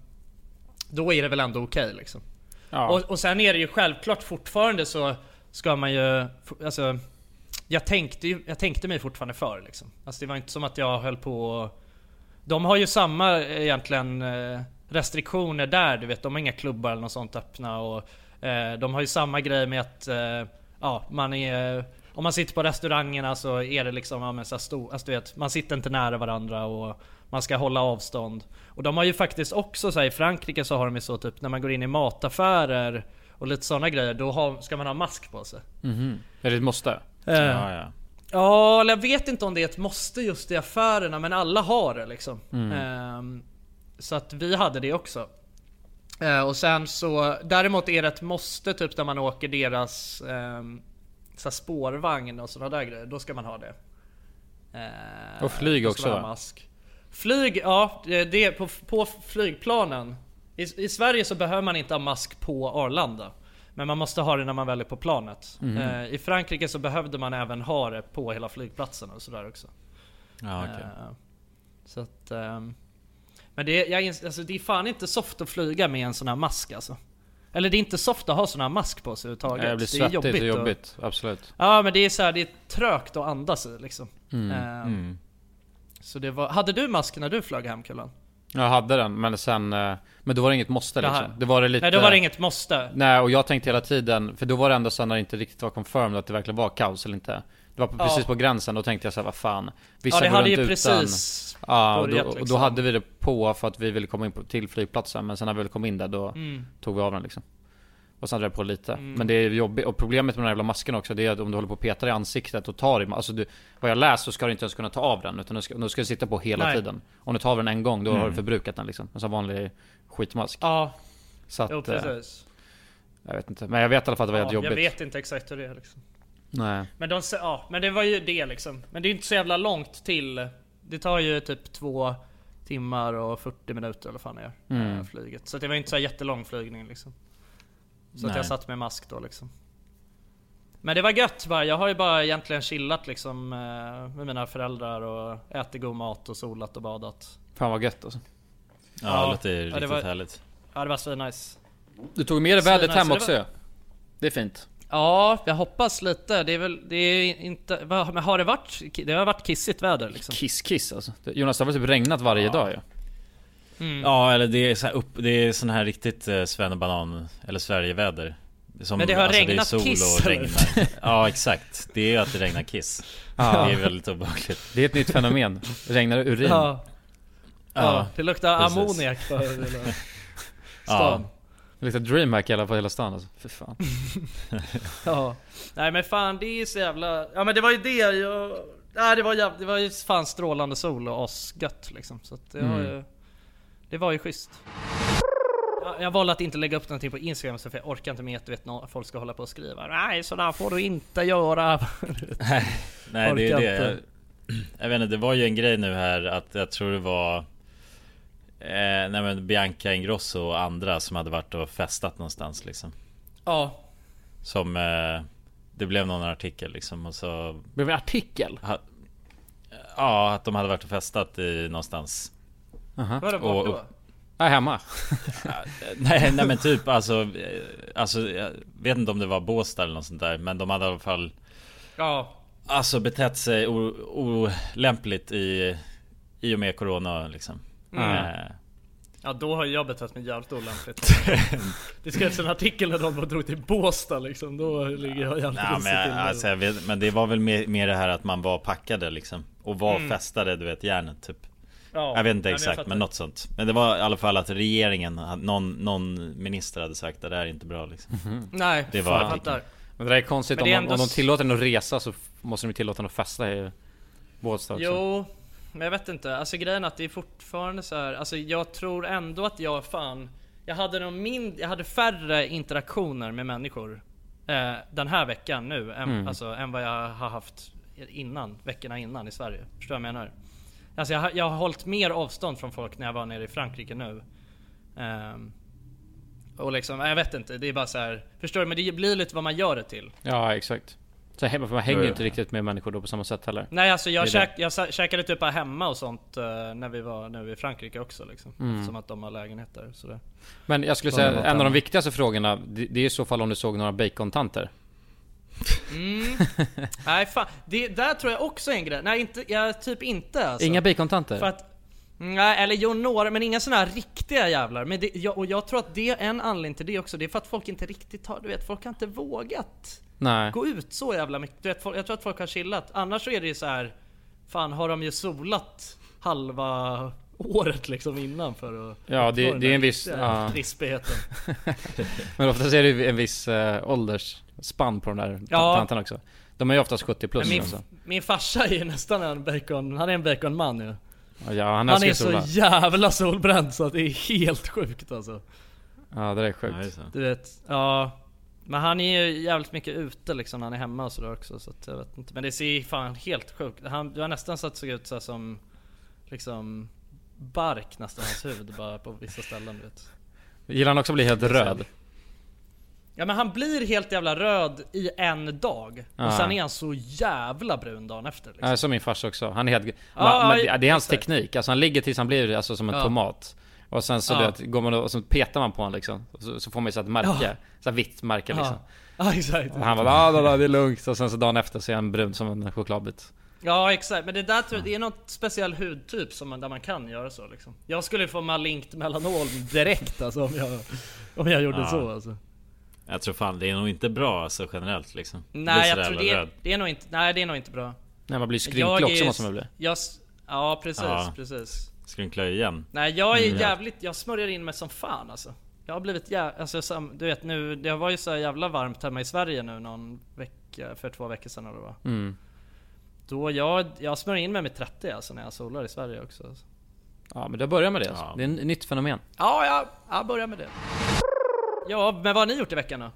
Speaker 8: då är det väl ändå okej okay, liksom. Ja. Och, och sen är det ju självklart fortfarande så ska man ju, alltså jag tänkte ju, jag tänkte mig fortfarande för liksom. Alltså det var inte som att jag höll på. De har ju samma egentligen restriktioner där, du vet, de har inga klubbar eller något sånt öppna och eh, de har ju samma grej med att eh, ja, man är, om man sitter på restaurangerna så är det liksom, ja, men så stor, alltså du vet, man sitter inte nära varandra och man ska hålla avstånd. Och de har ju faktiskt också så här, i Frankrike så har de ju så typ när man går in i mataffärer och lite sådana grejer, då har, ska man ha mask på sig.
Speaker 3: Mhm. Är det ett måste?
Speaker 8: Eh, ja, ja. Ja, jag vet inte om det är ett måste just i affärerna, men alla har det liksom. Mm. Eh, så att vi hade det också. Eh, och sen så däremot är det ett måste typ när man åker deras eh, så här spårvagn och sådana där grejer, då ska man ha det. Eh,
Speaker 3: och flyg också va?
Speaker 8: Mask. Flyg, ja, det är på, på flygplanen. I, I Sverige så behöver man inte ha mask på Arlanda, men man måste ha det när man väl är på planet. Mm. eh, I Frankrike så behövde man även ha det på hela flygplatsen och sådär också.
Speaker 7: Ja, okay.
Speaker 8: eh, Så att eh, men det, jag, alltså, det är fan inte soft att flyga med en sån här mask alltså. Eller det är inte soft att ha sån här mask på sig överhuvudtaget.
Speaker 3: Det blir svettigt, det är jobbigt, och jobbigt och, absolut.
Speaker 8: Ja, men det är så här, det är trögt att andas i liksom.
Speaker 3: Mm.
Speaker 8: Eh,
Speaker 3: mm.
Speaker 8: Så det var, hade du mask när du flög hem, Kullan?
Speaker 3: Jag hade den, men sen men då var det inget måste liksom. Det var det lite.
Speaker 8: Nej, då var det inget måste.
Speaker 3: Nej, och jag tänkte hela tiden, för då var det ändå så när det inte riktigt var confirmed att det verkligen var kaos eller inte. Det var ja. precis på gränsen, då tänkte jag så här, vad fan. Vissa
Speaker 8: ja, det hade ju
Speaker 3: utan,
Speaker 8: precis.
Speaker 3: Ja, och då, liksom. och då hade vi det på för att vi ville komma in på, till flygplatsen, men sen när vi ville komma in där då mm. tog vi av den liksom. Och sen drev på lite. Mm. Men det är jobbigt. Och problemet med den här jävla masken också, det är att om du håller på att peta i ansiktet och tar i, alltså du, vad jag läst så ska du inte ens kunna ta av den, utan du ska, du ska sitta på hela Nej. tiden. Om du tar av den en gång, då mm. har du förbrukat den liksom. En sån vanlig skitmask.
Speaker 8: Ja.
Speaker 3: Så att,
Speaker 8: jo, precis.
Speaker 3: Jag vet inte. Men jag vet i alla fall att det var ja, jobbigt.
Speaker 8: Jag vet inte exakt hur det är liksom.
Speaker 3: Nej.
Speaker 8: Men de, ja, men det var ju det liksom. Men det är inte så jävla långt till. Det tar ju typ två timmar och fyrtio minuter eller fan är mm. flyget. Så det var inte så jättelång flygning liksom. Så att jag satt med mask då liksom. Men det var gött bara. Jag har ju bara egentligen chillat liksom med mina föräldrar och ätit god mat och solat och badat.
Speaker 3: Fan vad gött alltså.
Speaker 7: Ja, ja det låter ja, riktigt
Speaker 8: det var,
Speaker 7: härligt.
Speaker 8: Ja, det var så nice.
Speaker 3: Du tog med dig vädret hem också. Det, var... det är fint.
Speaker 8: Ja, jag hoppas lite. Det är väl, det är inte, men har det varit, det har varit kissigt väder liksom.
Speaker 3: Kiss kiss alltså. Jonas, det har väl typ regnat varje ja. dag ja.
Speaker 7: Mm. Ja, eller det är så här upp, det är sån här riktigt eh, svennebanan eller Sverigeväder. Som,
Speaker 8: men det har
Speaker 7: alltså,
Speaker 8: regnat
Speaker 7: det är sol
Speaker 8: kiss.
Speaker 7: Och regnar. Ja, exakt. Det är ju att det regnar kiss.
Speaker 3: Ja.
Speaker 7: Det är väldigt obehagligt.
Speaker 3: Det är ett nytt fenomen. Regnar urin.
Speaker 8: Ja. Ja,
Speaker 7: ja,
Speaker 8: det luktar precis. Ammoniak på hela stan.
Speaker 7: Ja.
Speaker 3: Det luktar DreamHack hela på hela stan alltså. För fan.
Speaker 8: Ja. Nej men fan, det är så jävla. Ja men det var ju det jag. Nej, det var jäv... det var ju fan strålande sol och asgött liksom. Så att det mm. var ju... Det var ju schysst. Jag, jag valde att inte lägga upp någonting på Instagram, så för jag orkar inte med att du vet, folk ska hålla på och skriva. Nej, så där får du inte göra.
Speaker 7: Nej, nej det är det. Jag, jag vet inte, det var ju en grej nu här att jag tror det var eh, nej men Bianca Ingrosso och andra som hade varit och festat någonstans liksom.
Speaker 8: Ja.
Speaker 7: Som eh, det blev någon artikel liksom, och så
Speaker 3: blev det en artikel?
Speaker 7: Ha, ja, att de hade varit och festat i någonstans.
Speaker 3: Aha.
Speaker 8: Var det bort då?
Speaker 3: Ja, hemma.
Speaker 7: nej, nej men typ alltså, alltså jag vet inte om det var Båstad eller något sånt där, men de hade i alla fall
Speaker 8: ja.
Speaker 7: Alltså betett sig olämpligt i, i och med corona liksom.
Speaker 8: Mm.
Speaker 7: äh.
Speaker 8: Ja, då har jag betett mig jävligt olämpligt. Det skrevs en artikel när de drog till Båstad liksom. Då ligger jag jävligt
Speaker 7: ja, men,
Speaker 8: till
Speaker 7: alltså, jag vet, men det var väl mer, mer det här att man var packade liksom. Och var mm. festade, du vet, järnet typ.
Speaker 8: Ja,
Speaker 7: jag vet inte exakt,
Speaker 8: men,
Speaker 7: men något sånt. Men det var i alla fall att regeringen, någon, någon minister hade sagt att det här är inte bra liksom.
Speaker 8: Mm-hmm. Nej,
Speaker 3: det var
Speaker 8: fattar.
Speaker 3: Men det är konstigt,
Speaker 8: det
Speaker 3: om,
Speaker 8: är
Speaker 3: ändå... om de tillåter en att resa så måste de tillåta en att festa i Båstad också.
Speaker 8: Jo, men jag vet inte. Alltså grejen är att det är fortfarande så här. Alltså jag tror ändå att jag fan Jag hade nog min, jag hade färre interaktioner med människor eh, den här veckan nu än, mm. alltså, än vad jag har haft innan, veckorna innan i Sverige. Förstår jag vad jag menar? Alltså jag, jag har hållit mer avstånd från folk när jag var nere i Frankrike nu. Um, och liksom, jag vet inte, det är bara så här, förstår du, men det blir lite vad man gör det till.
Speaker 3: Ja, exakt. Så hemma, för man hänger ju inte riktigt med människor då på samma sätt heller.
Speaker 8: Nej, alltså jag, käk, jag käkade typ hemma och sånt uh, när vi var nu i Frankrike också liksom. Mm. Som att de har lägenheter så det.
Speaker 3: Men jag skulle säga, en av de viktigaste frågorna, det, det är i så fall om du såg några bacontanter.
Speaker 8: Mm. Nej fan, det där tror jag också är en grej. Nej, inte, jag typ inte alltså.
Speaker 3: Inga bacontanter?
Speaker 8: För att, nej, eller jo, några, men inga såna här riktiga jävlar. Men det, jag, och jag tror att det är en anledning till det också. Det är för att folk inte riktigt har, du vet, folk har inte vågat
Speaker 3: Nej.
Speaker 8: gå ut så jävla mycket. Du vet, folk, jag tror att folk har chillat. Annars så är det ju så här, fan har de ju solat halva året liksom innan för att
Speaker 3: ja, det, det är en viss
Speaker 8: ja. rispigheten.
Speaker 3: Men ofta är det en viss äh, åldersspann på de där ja. tanterna också. De är ju oftast sjuttio plus.
Speaker 8: Min,
Speaker 3: alltså.
Speaker 8: min farsa är nästan en bacon. Han är en baconman ju.
Speaker 3: Ja, han,
Speaker 8: han är så jävla solbränd så att det är helt sjukt alltså.
Speaker 3: Ja, det är sjukt.
Speaker 7: Ja,
Speaker 8: du vet, ja. Men han är ju jävligt mycket ute liksom när han är hemma och sådär också, så att jag vet inte. Men det ser fan helt sjukt. Han, du har nästan sett så ut så som liksom bark nästan hans huvud bara på vissa ställen, du vet.
Speaker 3: Gillar han också bli helt röd?
Speaker 8: Ja, men han blir helt jävla röd i en dag. Och ah. sen är han så jävla brun dagen efter liksom.
Speaker 3: Ja, som min farsa också. Han är helt ah, man, men det är hans exakt. teknik. Alltså han ligger tills han blir alltså, som en ja. tomat. Och sen så, ah. det, går man och så petar man på honom liksom. Och så, så får man ju så ett märke, ah. så ett vitt märke liksom.
Speaker 8: Ja, ah, exakt.
Speaker 3: Och han bara, ah, då, då, det är lugnt. Och sen så dagen efter så är han brun som en chokladbit.
Speaker 8: Ja, exakt. Men det där tror jag, det är något speciell hudtyp som man, där man kan göra så liksom. Jag skulle få malignt melanom direkt alltså, om jag, om jag gjorde ja. så alltså.
Speaker 7: Jag tror fan, det är nog inte bra alltså, generellt liksom.
Speaker 8: Nej, jag tror det är, det är nog inte, nej, det är nog inte bra.
Speaker 3: Nej, man blir skrynklig också, måste man bli.
Speaker 8: Jag, ja, precis, ja. precis.
Speaker 7: Skrynkla igen.
Speaker 8: Nej, jag är mm. jävligt, jag smörjer in mig som fan alltså. Jag har blivit jävligt, alltså som, du vet nu, det var ju så jävla varmt hemma i Sverige nu någon vecka, för två veckor sedan eller vad.
Speaker 3: Mm.
Speaker 8: Då jag, jag smörjer in mig med trettio alltså när jag solar i Sverige också alltså.
Speaker 3: Ja, men det börjar med det alltså. Ja. Det är ett nytt fenomen.
Speaker 8: Ja, ja, jag börjar med det. Ja, men vad har ni gjort i veckan då?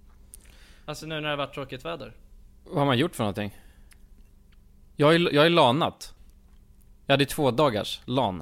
Speaker 8: Alltså nu när det har varit tråkigt väder.
Speaker 3: Vad har man gjort för någonting? Jag är, jag är lanat. Jag hade två dagars lan.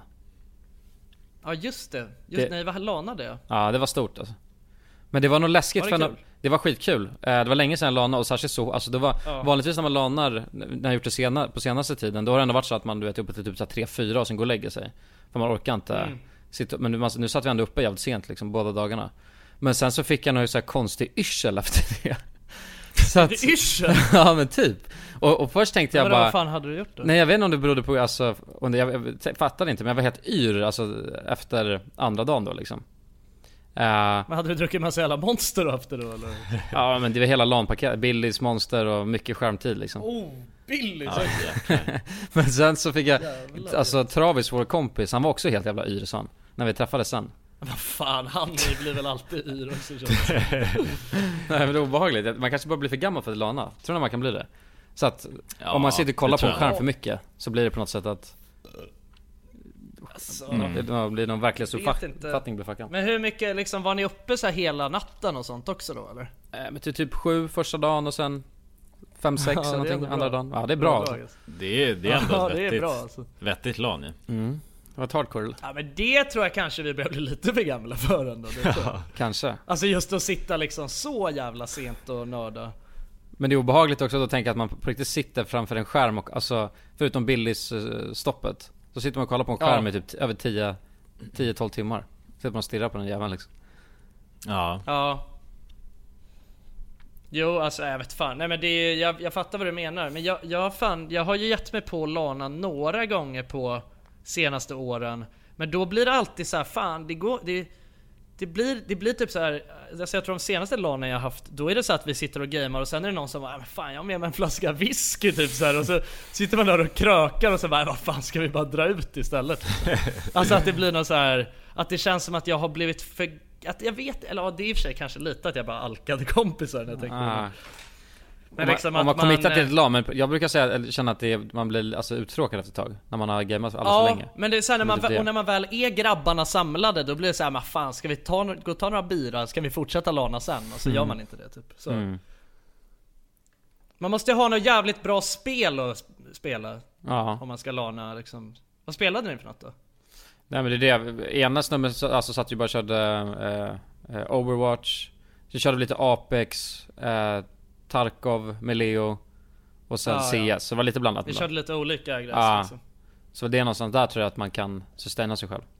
Speaker 8: Ja, just det. Just det... när jag var lanade jag.
Speaker 3: Ja, det var stort alltså. Men det var nog läskigt. Var det, för det var skitkul. Det var länge sedan jag lanade och särskilt så. Alltså det var ja. vanligtvis när man lanar, när jag gjort det sena, på senaste tiden, då har det ändå varit så att man, du vet, uppe till typ tre fyra och sen går och lägger sig. För man orkar inte mm. sitta. Men nu, man, nu satt vi ändå uppe jävligt sent liksom, båda dagarna. Men sen så fick jag nog så här konstig yrsel efter det.
Speaker 8: Så att, yrsel?
Speaker 3: Ja, men typ. Och, och först tänkte jag
Speaker 8: men
Speaker 3: bara,
Speaker 8: vad fan hade du gjort då?
Speaker 3: Nej, jag vet inte om det berodde på, alltså, om det, jag, jag fattade inte, men jag var helt yr alltså, efter andra dagen då liksom. Uh,
Speaker 8: men hade du druckit massa jävla monster då efter då eller?
Speaker 3: Ja, men det var hela LAN-paket, Billys monster och mycket skärmtid liksom.
Speaker 8: Oh, Billy.
Speaker 3: Ja, men sen så fick jag jävlar, alltså Travis, vår kompis, han var också helt jävla yr sån när vi träffades sen.
Speaker 8: Vad fan, han blir väl alltid yr också.
Speaker 3: Nej, men det är obehagligt. Man kanske bara blir för gammal för att lana. Tror ni man kan bli det? Så att
Speaker 9: Ja,
Speaker 3: om man sitter och kollar
Speaker 9: det
Speaker 3: på en
Speaker 9: tror jag.
Speaker 3: skärm för mycket, så blir det på något sätt att
Speaker 8: Alltså,
Speaker 3: mm. det blir någon verklighetsuppfattning blir fuckad.
Speaker 8: Men hur mycket liksom, var ni uppe så här hela natten och sånt också då eller?
Speaker 3: Eh, men till typ sju första dagen och sen fem, sex
Speaker 8: Ja,
Speaker 3: eller
Speaker 8: det är
Speaker 3: någonting
Speaker 8: ändå
Speaker 3: andra
Speaker 8: bra.
Speaker 3: dagen. Ja, det är bra.
Speaker 8: Det är bra,
Speaker 3: Alltså.
Speaker 9: Det är, det är ändå
Speaker 8: Ja,
Speaker 9: ett
Speaker 8: det är
Speaker 9: vettigt,
Speaker 8: bra, alltså.
Speaker 9: vettigt LAN ju.
Speaker 3: Mm. Det var ett hardcore.
Speaker 8: Ja men det tror jag kanske vi börjar bli lite för gamla för ändå, det tror jag.
Speaker 3: Kanske.
Speaker 8: Alltså just att sitta liksom så jävla sent och nörda.
Speaker 3: Men det är obehagligt också att tänka att man på riktigt sitter framför en skärm och alltså, förutom Billys uh, stoppet, så sitter man och kollar på en skärm
Speaker 8: Ja.
Speaker 3: i typ t- över tio till tolv timmar. Sitter man och stirrar på den jäveln liksom.
Speaker 9: Ja.
Speaker 8: Ja. Jo alltså jag vet fan. Nej men det är, jag, jag fattar vad du menar. Men jag, jag, fan, jag har ju gett mig på Lana några gånger på senaste åren. Men då blir det alltid så här, fan det går det, det blir det blir typ så här. Alltså jag tror de senaste Lana jag haft, då är det så att vi sitter och gamer och sen är det någon som bara, men fan jag har med mig en flaska whisky typ så här, och så sitter man där och krökar och så bara, vad fan ska vi bara dra ut istället? Alltså att det blir något så här, att det känns som att jag har blivit för, att jag vet, eller ja, det är i och för sig kanske lite att jag bara alkade kompisar när jag tänker
Speaker 3: Ah.
Speaker 8: på det. Men
Speaker 3: Om man,
Speaker 8: liksom
Speaker 3: om
Speaker 8: att
Speaker 3: man
Speaker 8: man,
Speaker 3: committar till ett LAN, men jag brukar säga, eller känna att det är, man blir alltså uttråkad efter ett tag när man har gameat alldeles
Speaker 8: ja,
Speaker 3: för länge.
Speaker 8: men det är så här, när man,
Speaker 3: Det är det.
Speaker 8: och när man väl är grabbarna samlade, då blir det så här, men fan ska vi ta, gå och ta några bira, ska vi fortsätta lana sen? Och så
Speaker 3: Mm.
Speaker 8: gör man inte det typ. Så.
Speaker 3: Mm.
Speaker 8: Man måste ju ha något jävligt bra spel att sp- spela
Speaker 3: Ja.
Speaker 8: om man ska lana liksom. Vad spelade ni för något då?
Speaker 3: Nej men det är det, ena snubben så- alltså satt ju bara och körde eh, eh, Overwatch. Så körde vi lite Apex, eh, Tarkov med Leo och sen
Speaker 8: Ja,
Speaker 3: C S,
Speaker 8: ja.
Speaker 3: så det var lite blandat.
Speaker 8: Vi
Speaker 3: ändå.
Speaker 8: körde lite olika grejer
Speaker 3: Ja.
Speaker 8: liksom.
Speaker 3: Så det är någonstans där tror jag att man kan sustaina sig själv.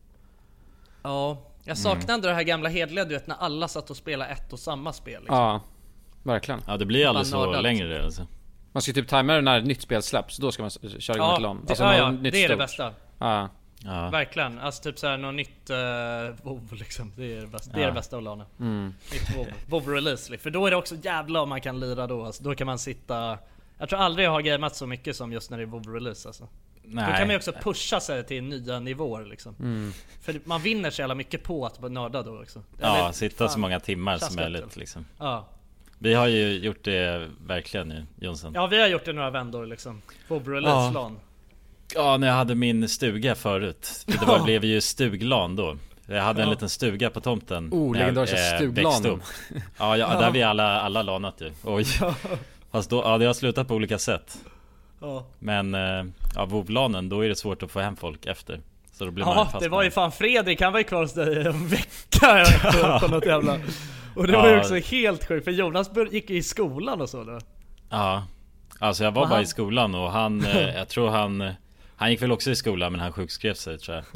Speaker 8: Ja, jag saknar ändå det här gamla hedliga, du vet när alla satt och spelade ett och samma spel liksom.
Speaker 3: Ja, verkligen.
Speaker 9: Ja det blir aldrig
Speaker 8: Bara
Speaker 9: så
Speaker 8: nördat.
Speaker 9: längre alltså.
Speaker 3: Man ska typ tajma det när ett nytt spel släpps, då ska man s- köra igång
Speaker 8: Ja,
Speaker 3: ett LAN.
Speaker 8: det,
Speaker 3: Alltså
Speaker 8: ja,
Speaker 3: något
Speaker 8: ja,
Speaker 3: nytt
Speaker 8: det är det
Speaker 3: stort.
Speaker 8: bästa.
Speaker 3: Ja.
Speaker 9: Ja.
Speaker 8: Verkligen, alltså typ såhär något nytt uh, WoW liksom. Det är det bästa, det, är
Speaker 9: Ja.
Speaker 8: det bästa att lana.
Speaker 3: Mm.
Speaker 8: Nytt WoW, WoW release. För då är det också jävla om man kan lira då alltså. Då kan man sitta. Jag tror aldrig jag har gameat så mycket som just när det är WoW release alltså.
Speaker 9: Nej.
Speaker 8: Då kan man ju också pusha sig till nya nivåer liksom.
Speaker 3: Mm.
Speaker 8: För man vinner så jävla mycket på att vara nörda då också.
Speaker 9: Ja,
Speaker 8: Eller,
Speaker 9: sitta så
Speaker 8: fan,
Speaker 9: många timmar som
Speaker 8: klassgött,
Speaker 9: möjligt
Speaker 8: eller?
Speaker 9: liksom.
Speaker 8: Ja.
Speaker 9: Vi har ju gjort det verkligen nu, Jonsson.
Speaker 8: Ja, vi har gjort det några vändor liksom. WoW release
Speaker 9: Ja.
Speaker 8: LAN.
Speaker 9: Ja, när jag hade min stuga förut. Det var, blev ju stuglan då. Jag hade en
Speaker 8: Ja.
Speaker 9: liten stuga på tomten.
Speaker 3: Oh,
Speaker 9: när jag,
Speaker 3: legendariska
Speaker 9: eh,
Speaker 3: stuglanen.
Speaker 9: växte upp. Ja, ja, där har vi alla, alla lanat ju. Oj. Fast då, ja det har slutat på olika sätt.
Speaker 8: Ja,
Speaker 9: Men eh, ja, WoW-lanen, då är det svårt att få hem folk efter. Så då blir man
Speaker 8: ja
Speaker 9: fast
Speaker 8: det var ju
Speaker 9: med-
Speaker 8: fan Fredrik, han var ju kvar hos dig i en vecka på, på något jävla. Och det var ju
Speaker 9: Ja.
Speaker 8: också helt sjukt, för Jonas bör- gick ju i skolan och så då.
Speaker 9: Ja, alltså jag var
Speaker 8: Och
Speaker 9: bara
Speaker 8: han-
Speaker 9: i skolan och han, eh, jag tror han eh, han gick väl också i skolan men han sjukskrev sig tror jag.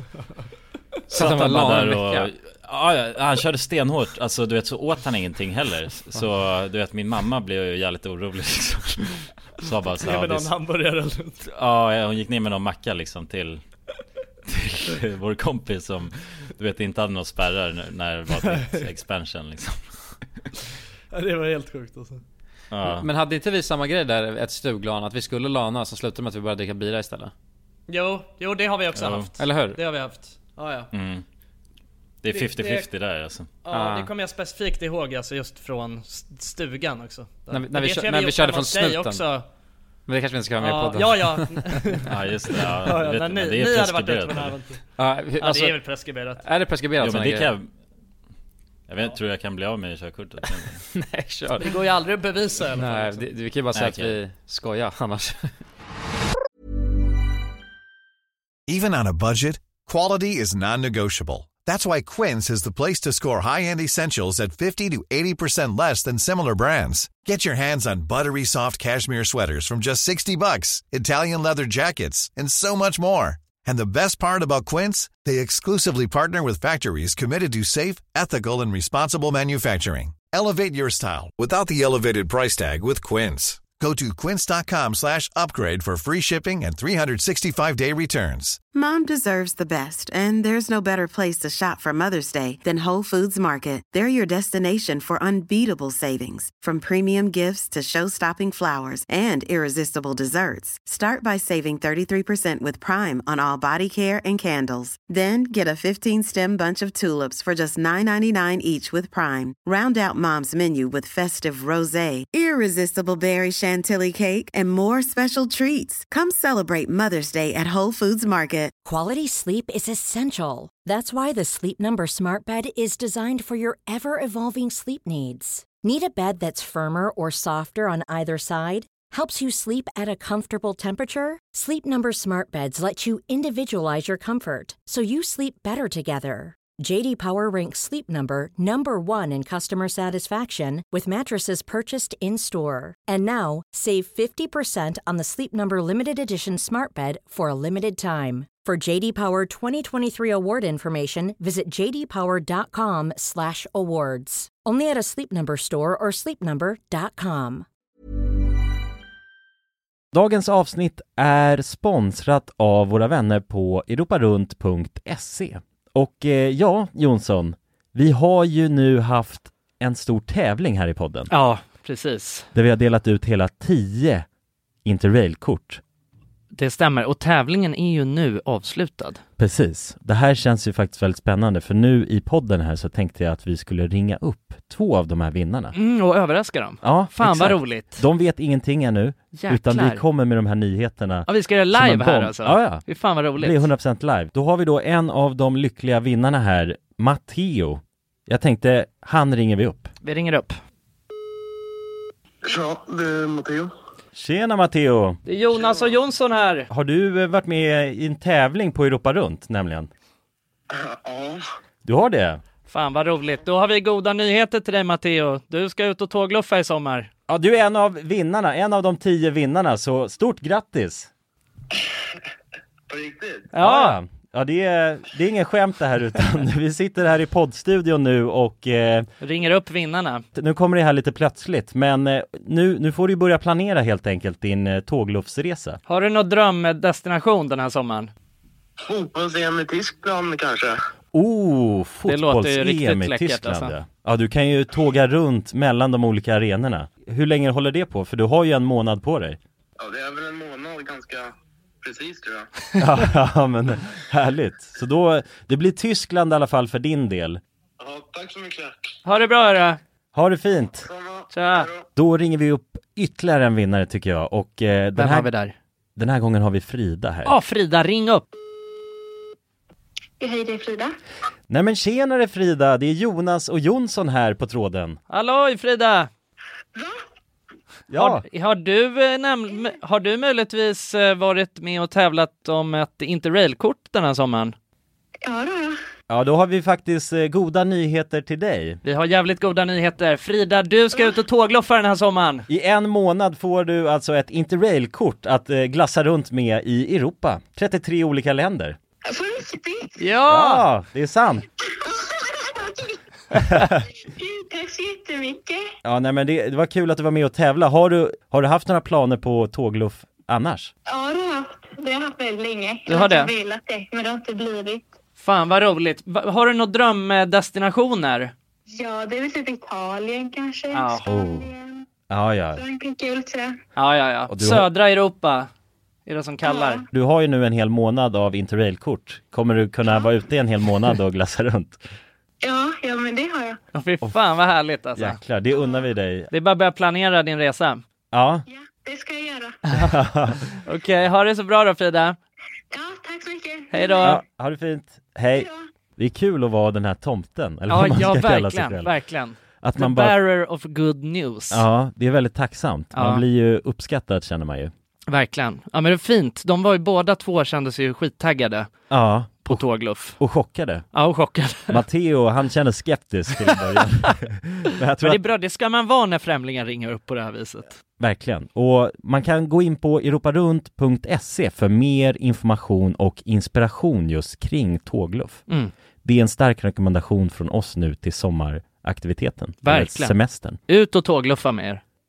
Speaker 3: Så att han var
Speaker 9: bara
Speaker 3: LAN en
Speaker 9: och,
Speaker 3: vecka.
Speaker 9: ja, ja, han körde stenhårt. Alltså du vet så åt han ingenting heller. Så du vet min mamma blev ju jävligt orolig liksom. Sa bara så
Speaker 8: Det är
Speaker 9: här,
Speaker 8: väl
Speaker 9: ja,
Speaker 8: någon
Speaker 9: det-
Speaker 8: hamburgare eller något.
Speaker 9: ja, hon gick ner med någon macka liksom till till vår kompis som du vet inte hade några spärrar när- när det var ett nytt expansion liksom.
Speaker 8: Ja, det var helt sjukt alltså.
Speaker 9: Ja.
Speaker 3: Men hade inte vi samma grej där, ett stuglan, att vi skulle lana, så slutade med att vi började dricka bira istället?
Speaker 8: Jo, jo det har vi också
Speaker 9: Jo.
Speaker 8: haft.
Speaker 3: Eller hur?
Speaker 8: Det har vi haft. Ja, ja.
Speaker 9: Mm. Det är
Speaker 8: Det-
Speaker 9: fifty
Speaker 8: det-
Speaker 9: fifty där alltså.
Speaker 8: Ja,
Speaker 3: Ah.
Speaker 8: det kommer jag specifikt ihåg alltså just från st- stugan också.
Speaker 3: När vi-
Speaker 8: Jag
Speaker 3: när vi
Speaker 8: vet
Speaker 3: kö-
Speaker 8: ju,
Speaker 3: när vi
Speaker 8: gjort
Speaker 3: körde
Speaker 8: hemma
Speaker 3: från
Speaker 8: hos dig
Speaker 3: snuten.
Speaker 8: också.
Speaker 3: Men det kanske vi inte ska ha med
Speaker 8: Ja,
Speaker 3: på podden.
Speaker 8: ja, ja.
Speaker 9: Ja just det, ja,
Speaker 8: Ja, ja,
Speaker 9: vet
Speaker 8: när
Speaker 9: du,
Speaker 8: ni,
Speaker 9: men det är
Speaker 8: ni hade varit ute
Speaker 9: preskriberat,
Speaker 8: med det här
Speaker 9: eller?
Speaker 8: äventyret.
Speaker 3: Ja, hur-
Speaker 8: Ja,
Speaker 3: alltså,
Speaker 8: det är väl preskriberat.
Speaker 3: är det preskriberat?
Speaker 9: Jo men
Speaker 3: såna
Speaker 9: det
Speaker 3: grejer?
Speaker 9: kan jag Jag vet, tror jag kan bli av med körkortet.
Speaker 3: Nej, kör.
Speaker 8: Det går ju aldrig att bevisa i alla fall.
Speaker 3: Nej,
Speaker 8: liksom.
Speaker 3: det, vi kan ju bara säga
Speaker 9: Okej.
Speaker 3: att vi skojar annars.
Speaker 11: Even on a budget, quality is non-negotiable. That's why Quince is the place to score high-end essentials at fifty to eighty percent less than similar brands. Get your hands on buttery soft cashmere sweaters from just sixty bucks, Italian leather jackets, and so much more. And the best part about Quince, they exclusively partner with factories committed to safe, ethical, and responsible manufacturing. Elevate your style without the elevated price tag with Quince. Go to quince.com slash upgrade for free shipping and three sixty-five day returns.
Speaker 1: Mom deserves the best, and there's no better place to shop for Mother's Day than Whole Foods Market. They're your destination for unbeatable savings, from premium gifts to show-stopping flowers and irresistible desserts. Start by saving thirty-three percent with Prime on all body care and candles. Then get a fifteen-stem bunch of tulips for just nine ninety-nine each with Prime. Round out Mom's menu with festive rosé, irresistible berry chantilly cake, and more special treats. Come celebrate Mother's Day at Whole Foods Market.
Speaker 6: Quality sleep is essential. That's why the Sleep Number Smart Bed is designed for your ever-evolving sleep needs. Need a bed that's firmer or softer on either side? Helps you sleep at a comfortable temperature? Sleep Number Smart Beds let you individualize your comfort, so you sleep better together. J D Power ranks Sleep Number number one in customer satisfaction with mattresses purchased in-store. And now, save fifty percent on the Sleep Number Limited Edition Smart Bed for a limited time. For J D Power twenty twenty-three award information, visit j d power dot com slash awards. Only at a Sleep Number store or sleep number dot com.
Speaker 7: Dagens avsnitt är sponsrat av våra vänner på europarunt punkt se. Och eh, ja, Jonsson, vi har ju nu haft en stor tävling här i podden.
Speaker 10: Ja, precis.
Speaker 7: Där vi har delat ut hela tio Interrail-kort.
Speaker 10: Det stämmer, och tävlingen är ju nu avslutad.
Speaker 7: Precis. Det här känns ju faktiskt väldigt spännande, för nu i podden här så tänkte jag att vi skulle ringa upp två av de här vinnarna.
Speaker 10: Mm, och överraska dem.
Speaker 7: Ja,
Speaker 10: fan
Speaker 7: exakt.
Speaker 10: vad roligt.
Speaker 7: De vet ingenting ännu.
Speaker 10: Jäklar.
Speaker 7: Utan vi kommer med de här nyheterna.
Speaker 10: Ja, vi ska göra live här alltså.
Speaker 7: Ja, ja.
Speaker 10: Det är fan vad roligt.
Speaker 7: Det blir hundra procent live. Då har vi då en av de lyckliga vinnarna här, Matteo. Jag tänkte, han ringer vi upp.
Speaker 10: Vi ringer upp.
Speaker 12: Ja, det är Matteo.
Speaker 7: Tjena Matteo!
Speaker 10: Det är Jonas och Jonsson här.
Speaker 7: Har du eh, varit med i en tävling på Europa runt nämligen?
Speaker 12: Ja.
Speaker 7: Du har det?
Speaker 10: Fan vad roligt. Då har vi goda nyheter till dig Matteo. Du ska ut och tågluffa i sommar.
Speaker 7: Ja, du är en av vinnarna, en av de tio vinnarna, så stort grattis!
Speaker 12: På riktigt?
Speaker 7: Ja, ja det, är, det är ingen skämt det här, utan vi sitter här i poddstudion nu och eh,
Speaker 10: ringer upp vinnarna.
Speaker 7: Nu kommer det här lite plötsligt, men eh, nu, nu får du börja planera helt enkelt din eh, tågluffsresa.
Speaker 10: Har du någon drömdestination den här sommaren?
Speaker 12: Fotbolls-E M i Tyskland kanske.
Speaker 7: Oh, fotbolls-E M i
Speaker 10: läckert,
Speaker 7: Tyskland.
Speaker 10: alltså.
Speaker 7: Ja, du kan ju tåga runt mellan de olika arenorna. Hur länge håller det på? För du har ju en månad på dig.
Speaker 12: Ja, det är väl en månad ganska precis tror jag.
Speaker 7: ja, ja, men härligt. Så då, det blir Tyskland i alla fall för din del.
Speaker 12: Ja, tack så mycket.
Speaker 10: Ha det bra hörru.
Speaker 7: Ha det fint.
Speaker 10: Tja.
Speaker 7: Då ringer vi upp ytterligare en vinnare tycker jag. Och eh, den,
Speaker 10: Vem
Speaker 7: här,
Speaker 10: har vi där?
Speaker 7: den här gången har vi Frida här.
Speaker 10: Ja, Frida, ring upp.
Speaker 13: Hej, det är Frida.
Speaker 7: Nej men tjenare Frida, det är Jonas och Jonsson här på tråden.
Speaker 10: Halloj Frida!
Speaker 13: Va?
Speaker 7: Ja.
Speaker 10: Har, har, du, eh, näm- har du möjligtvis eh, varit med och tävlat om ett Interrail-kort den här sommaren?
Speaker 13: Ja, då ja.
Speaker 7: Ja, då har vi faktiskt eh, goda nyheter till dig.
Speaker 10: Vi har jävligt goda nyheter. Frida, du ska ut och tågloffa den här sommaren.
Speaker 7: I en månad får du alltså ett Interrail-kort att eh, glassa runt med i Europa. trettiotre olika länder.
Speaker 13: På riktigt?
Speaker 10: Ja!
Speaker 7: Ja, det är sant.
Speaker 13: Tack så jättemycket.
Speaker 7: Ja, nej men det, det var kul att du var med och tävla. Har du, har du haft några planer på tågluff annars?
Speaker 13: Ja, det har jag haft. Det har jag haft väldigt länge.
Speaker 10: Du har det?
Speaker 13: Jag har velat det, men det har inte blivit.
Speaker 10: Fan vad roligt. Va- har du några drömdestinationer?
Speaker 13: Ja, det är väl typ Italien kanske.
Speaker 10: Ja.
Speaker 13: Spanien.
Speaker 7: Ja, ja.
Speaker 13: Frankrike, kul tror jag.
Speaker 10: Ja, ja, ja.
Speaker 7: Och du har-
Speaker 10: Södra Europa är det som kallar.
Speaker 7: Du har ju nu en hel månad av Interrail-kort. Kommer du kunna vara ute en hel månad och glassa runt?
Speaker 13: Ja, ja, men det har jag.
Speaker 10: Oh, fy fan vad härligt alltså.
Speaker 7: Jäklar, det unnar vi dig.
Speaker 10: Det är bara att börja planera din resa.
Speaker 7: Ja.
Speaker 13: Ja, det ska jag göra.
Speaker 10: Okej, okay, ha det så bra då Frida.
Speaker 13: Ja, tack så mycket.
Speaker 10: Hej då.
Speaker 7: Ja, ha det fint. Hej.
Speaker 13: Hej då.
Speaker 7: Det är kul att vara den här tomten. Eller
Speaker 10: Ja,
Speaker 7: vad man
Speaker 10: ja
Speaker 7: ska kalla sig
Speaker 10: verkligen,
Speaker 7: själv.
Speaker 10: verkligen.
Speaker 7: Att
Speaker 10: The
Speaker 7: man bara...
Speaker 10: bearer of good news.
Speaker 7: Ja, det är väldigt tacksamt. Man
Speaker 10: Ja.
Speaker 7: blir ju uppskattad känner man ju.
Speaker 10: Verkligen. Ja, men det är fint. De var ju båda två kände sig ju skittaggade
Speaker 7: Ja.
Speaker 10: på
Speaker 7: och,
Speaker 10: tågluff.
Speaker 7: och chockade.
Speaker 10: Ja, och chockade.
Speaker 7: Matteo, han känner skeptisk till en början. Men jag tror
Speaker 10: Men det är
Speaker 7: att...
Speaker 10: bra, det ska man vara när främlingar ringer upp på det här viset.
Speaker 7: Verkligen. Och man kan gå in på europarunt punkt se för mer information och inspiration just kring tågluff.
Speaker 10: Mm.
Speaker 7: Det är en stark rekommendation från oss nu till sommaraktiviteten.
Speaker 10: Verkligen.
Speaker 7: Semestern.
Speaker 10: Ut och tågluffa med er.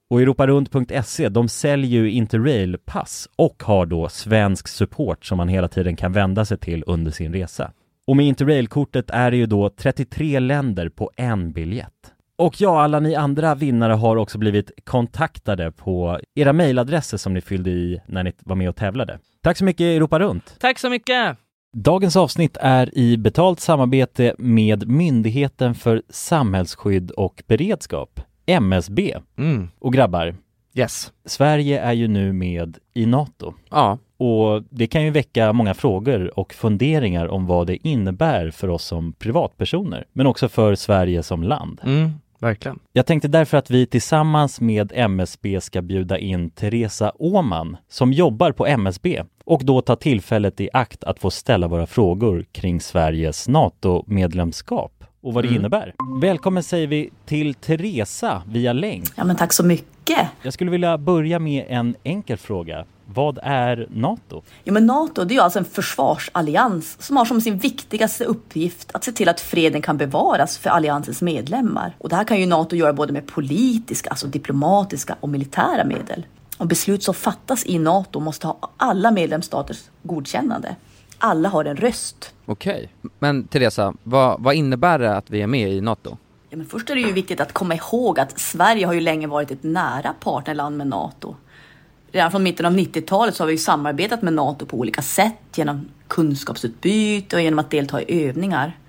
Speaker 7: Och europarunt punkt se, de säljer ju Interrail-pass och har då svensk support som man hela tiden kan vända sig till under sin resa. Och med Interrail-kortet är det ju då trettiotre länder på en biljett. Och ja, alla ni andra vinnare har också blivit kontaktade på era mejladresser som ni fyllde i när ni var med och tävlade. Tack så mycket Europa Runt!
Speaker 10: Tack så mycket!
Speaker 7: Dagens avsnitt är i betalt samarbete med Myndigheten för samhällsskydd och beredskap, M S B.
Speaker 10: Mm.
Speaker 7: Och grabbar,
Speaker 10: yes.
Speaker 7: Sverige är ju nu med i NATO.
Speaker 10: Ja.
Speaker 7: Och det kan ju väcka många frågor och funderingar om vad det innebär för oss som privatpersoner, men också för Sverige som land.
Speaker 10: Mm, verkligen.
Speaker 7: Jag tänkte därför att vi tillsammans med M S B ska bjuda in Teresa Åman som jobbar på M S B och då ta tillfället i akt att få ställa våra frågor kring Sveriges NATO-medlemskap och vad det
Speaker 10: Mm.
Speaker 7: innebär. Välkommen säger vi till Teresa via länk.
Speaker 2: Ja, men tack så mycket.
Speaker 7: Jag skulle vilja börja med en enkel fråga. Vad är NATO?
Speaker 2: Ja, men NATO, det är ju alltså en försvarsallians som har som sin viktigaste uppgift att se till att freden kan bevaras för alliansens medlemmar. Och det här kan ju NATO göra både med politiska, alltså diplomatiska och militära medel. Och beslut som fattas i NATO måste ha alla medlemsstaters godkännande. Alla har en röst.
Speaker 14: Okej, men Teresa, vad, vad innebär det att vi är med i NATO?
Speaker 2: Ja, men först är det ju viktigt att komma ihåg att Sverige har ju länge varit ett nära partnerland med NATO. Redan från mitten av nittiotalet så har vi ju samarbetat med NATO på olika sätt genom kunskapsutbyte och genom att delta i övningar.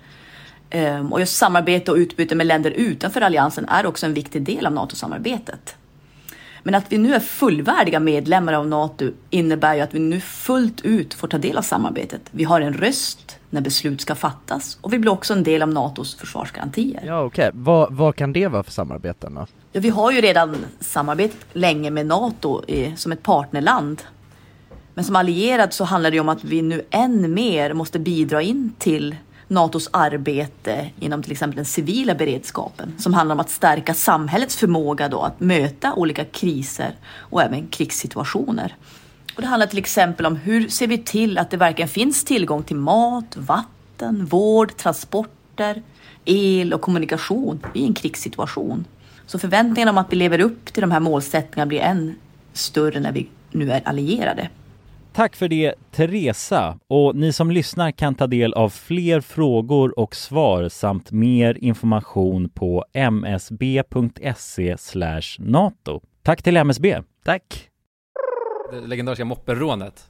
Speaker 2: Ehm, och just samarbete och utbyte med länder utanför alliansen är också en viktig del av NATO-samarbetet. Men att vi nu är fullvärdiga medlemmar av NATO innebär ju att vi nu fullt ut får ta del av samarbetet. Vi har en röst när beslut ska fattas och vi blir också en del av NATOs försvarsgarantier.
Speaker 10: Ja, okej. Okay. Vad, vad kan det vara för samarbeten då?
Speaker 2: Ja, vi har ju redan samarbetat länge med NATO i, som ett partnerland. Men som allierad så handlar det om att vi nu än mer måste bidra in till NATOs arbete inom till exempel den civila beredskapen som handlar om att stärka samhällets förmåga då att möta olika kriser och även krigssituationer. Och det handlar till exempel om hur ser vi till att det verkligen finns tillgång till mat, vatten, vård, transporter, el och kommunikation i en krigssituation. Så förväntningarna om att vi lever upp till de här målsättningarna blir än större när vi nu är allierade.
Speaker 7: Tack för det Teresa, och ni som lyssnar kan ta del av fler frågor och svar samt mer information på msb.se slash NATO. Tack till M S B.
Speaker 10: Tack.
Speaker 3: Det legendariska mopperånet.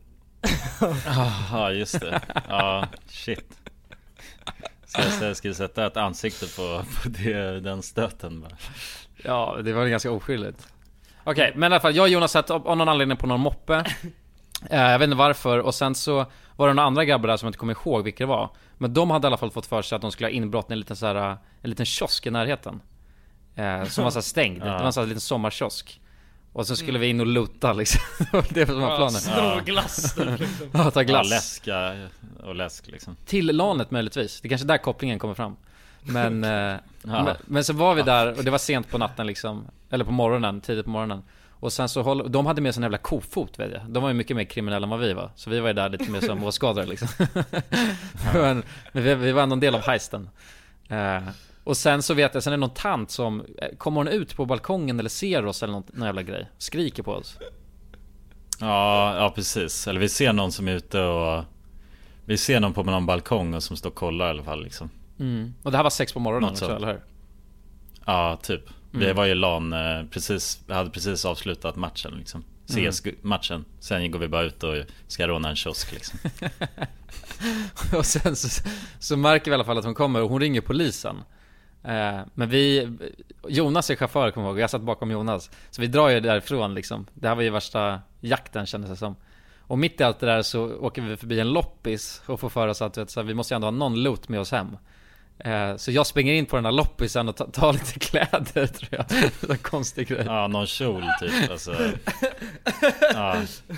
Speaker 15: Ja, just det. Ja, shit. Ska jag, säga, ska jag sätta ett ansikte på, på det, den stöten bara.
Speaker 3: Ja, det var ganska oskyldigt. Okej, okay, men i alla fall, jag och Jonas satt av någon anledning på någon moppe. Jag vet inte varför. Och sen så var det några andra grabbar där som jag inte kommer ihåg vilka det var. Men de hade i alla fall fått för sig att de skulle ha inbrott i en liten, så här, en liten kiosk i närheten. eh, Som var så här stängd. Ja. Det var en så här liten sommarkiosk. Och så skulle vi in och loota liksom. Det var planen.
Speaker 8: Strå glass liksom.
Speaker 3: Ja, ta glass.
Speaker 15: Ja, läska och läsk liksom.
Speaker 3: Till lanet möjligtvis. Det är kanske där kopplingen kommer fram. Men, eh, men, men så var vi där och det var sent på natten liksom. Eller på morgonen, tidigt på morgonen. Och sen så håll, de hade med sån jävla kofot, vet jag. De var ju mycket mer kriminella än vad vi var. Så vi var ju där lite mer som åskådare liksom. Men, men vi, vi var ändå en del av heisten. eh, Och sen så vet jag, sen är det någon tant som kommer hon ut på balkongen eller ser oss eller någon, någon jävla grej, skriker på oss.
Speaker 15: Ja, ja precis. Eller vi ser någon som är ute och vi ser någon på någon balkong och som står och kollar i alla fall liksom.
Speaker 3: Mm. Och det här var sex på morgonen också, eller hur?
Speaker 15: Ja, typ.
Speaker 3: Mm.
Speaker 15: Det var ju LAN precis, vi hade precis avslutat matchen liksom. C S-matchen. Sen går vi bara ut och ska råna en kiosk liksom.
Speaker 3: Och sen så, så märker vi i alla fall att hon kommer och hon ringer polisen. eh, Men vi, Jonas är chaufför, kommer jag ihåg. Jag satt bakom Jonas. Så vi drar ju därifrån liksom. Det här var ju värsta jakten, kändes det som. Och mitt i allt det där så åker vi förbi en loppis och får för oss att vet, så här, vi måste ju ändå ha någon loot med oss hem. eh, Så jag springer in på den här loppisen och tar ta lite kläder, tror jag. Det är en konstig grej.
Speaker 15: Ja, någon kjol typ alltså. Ja.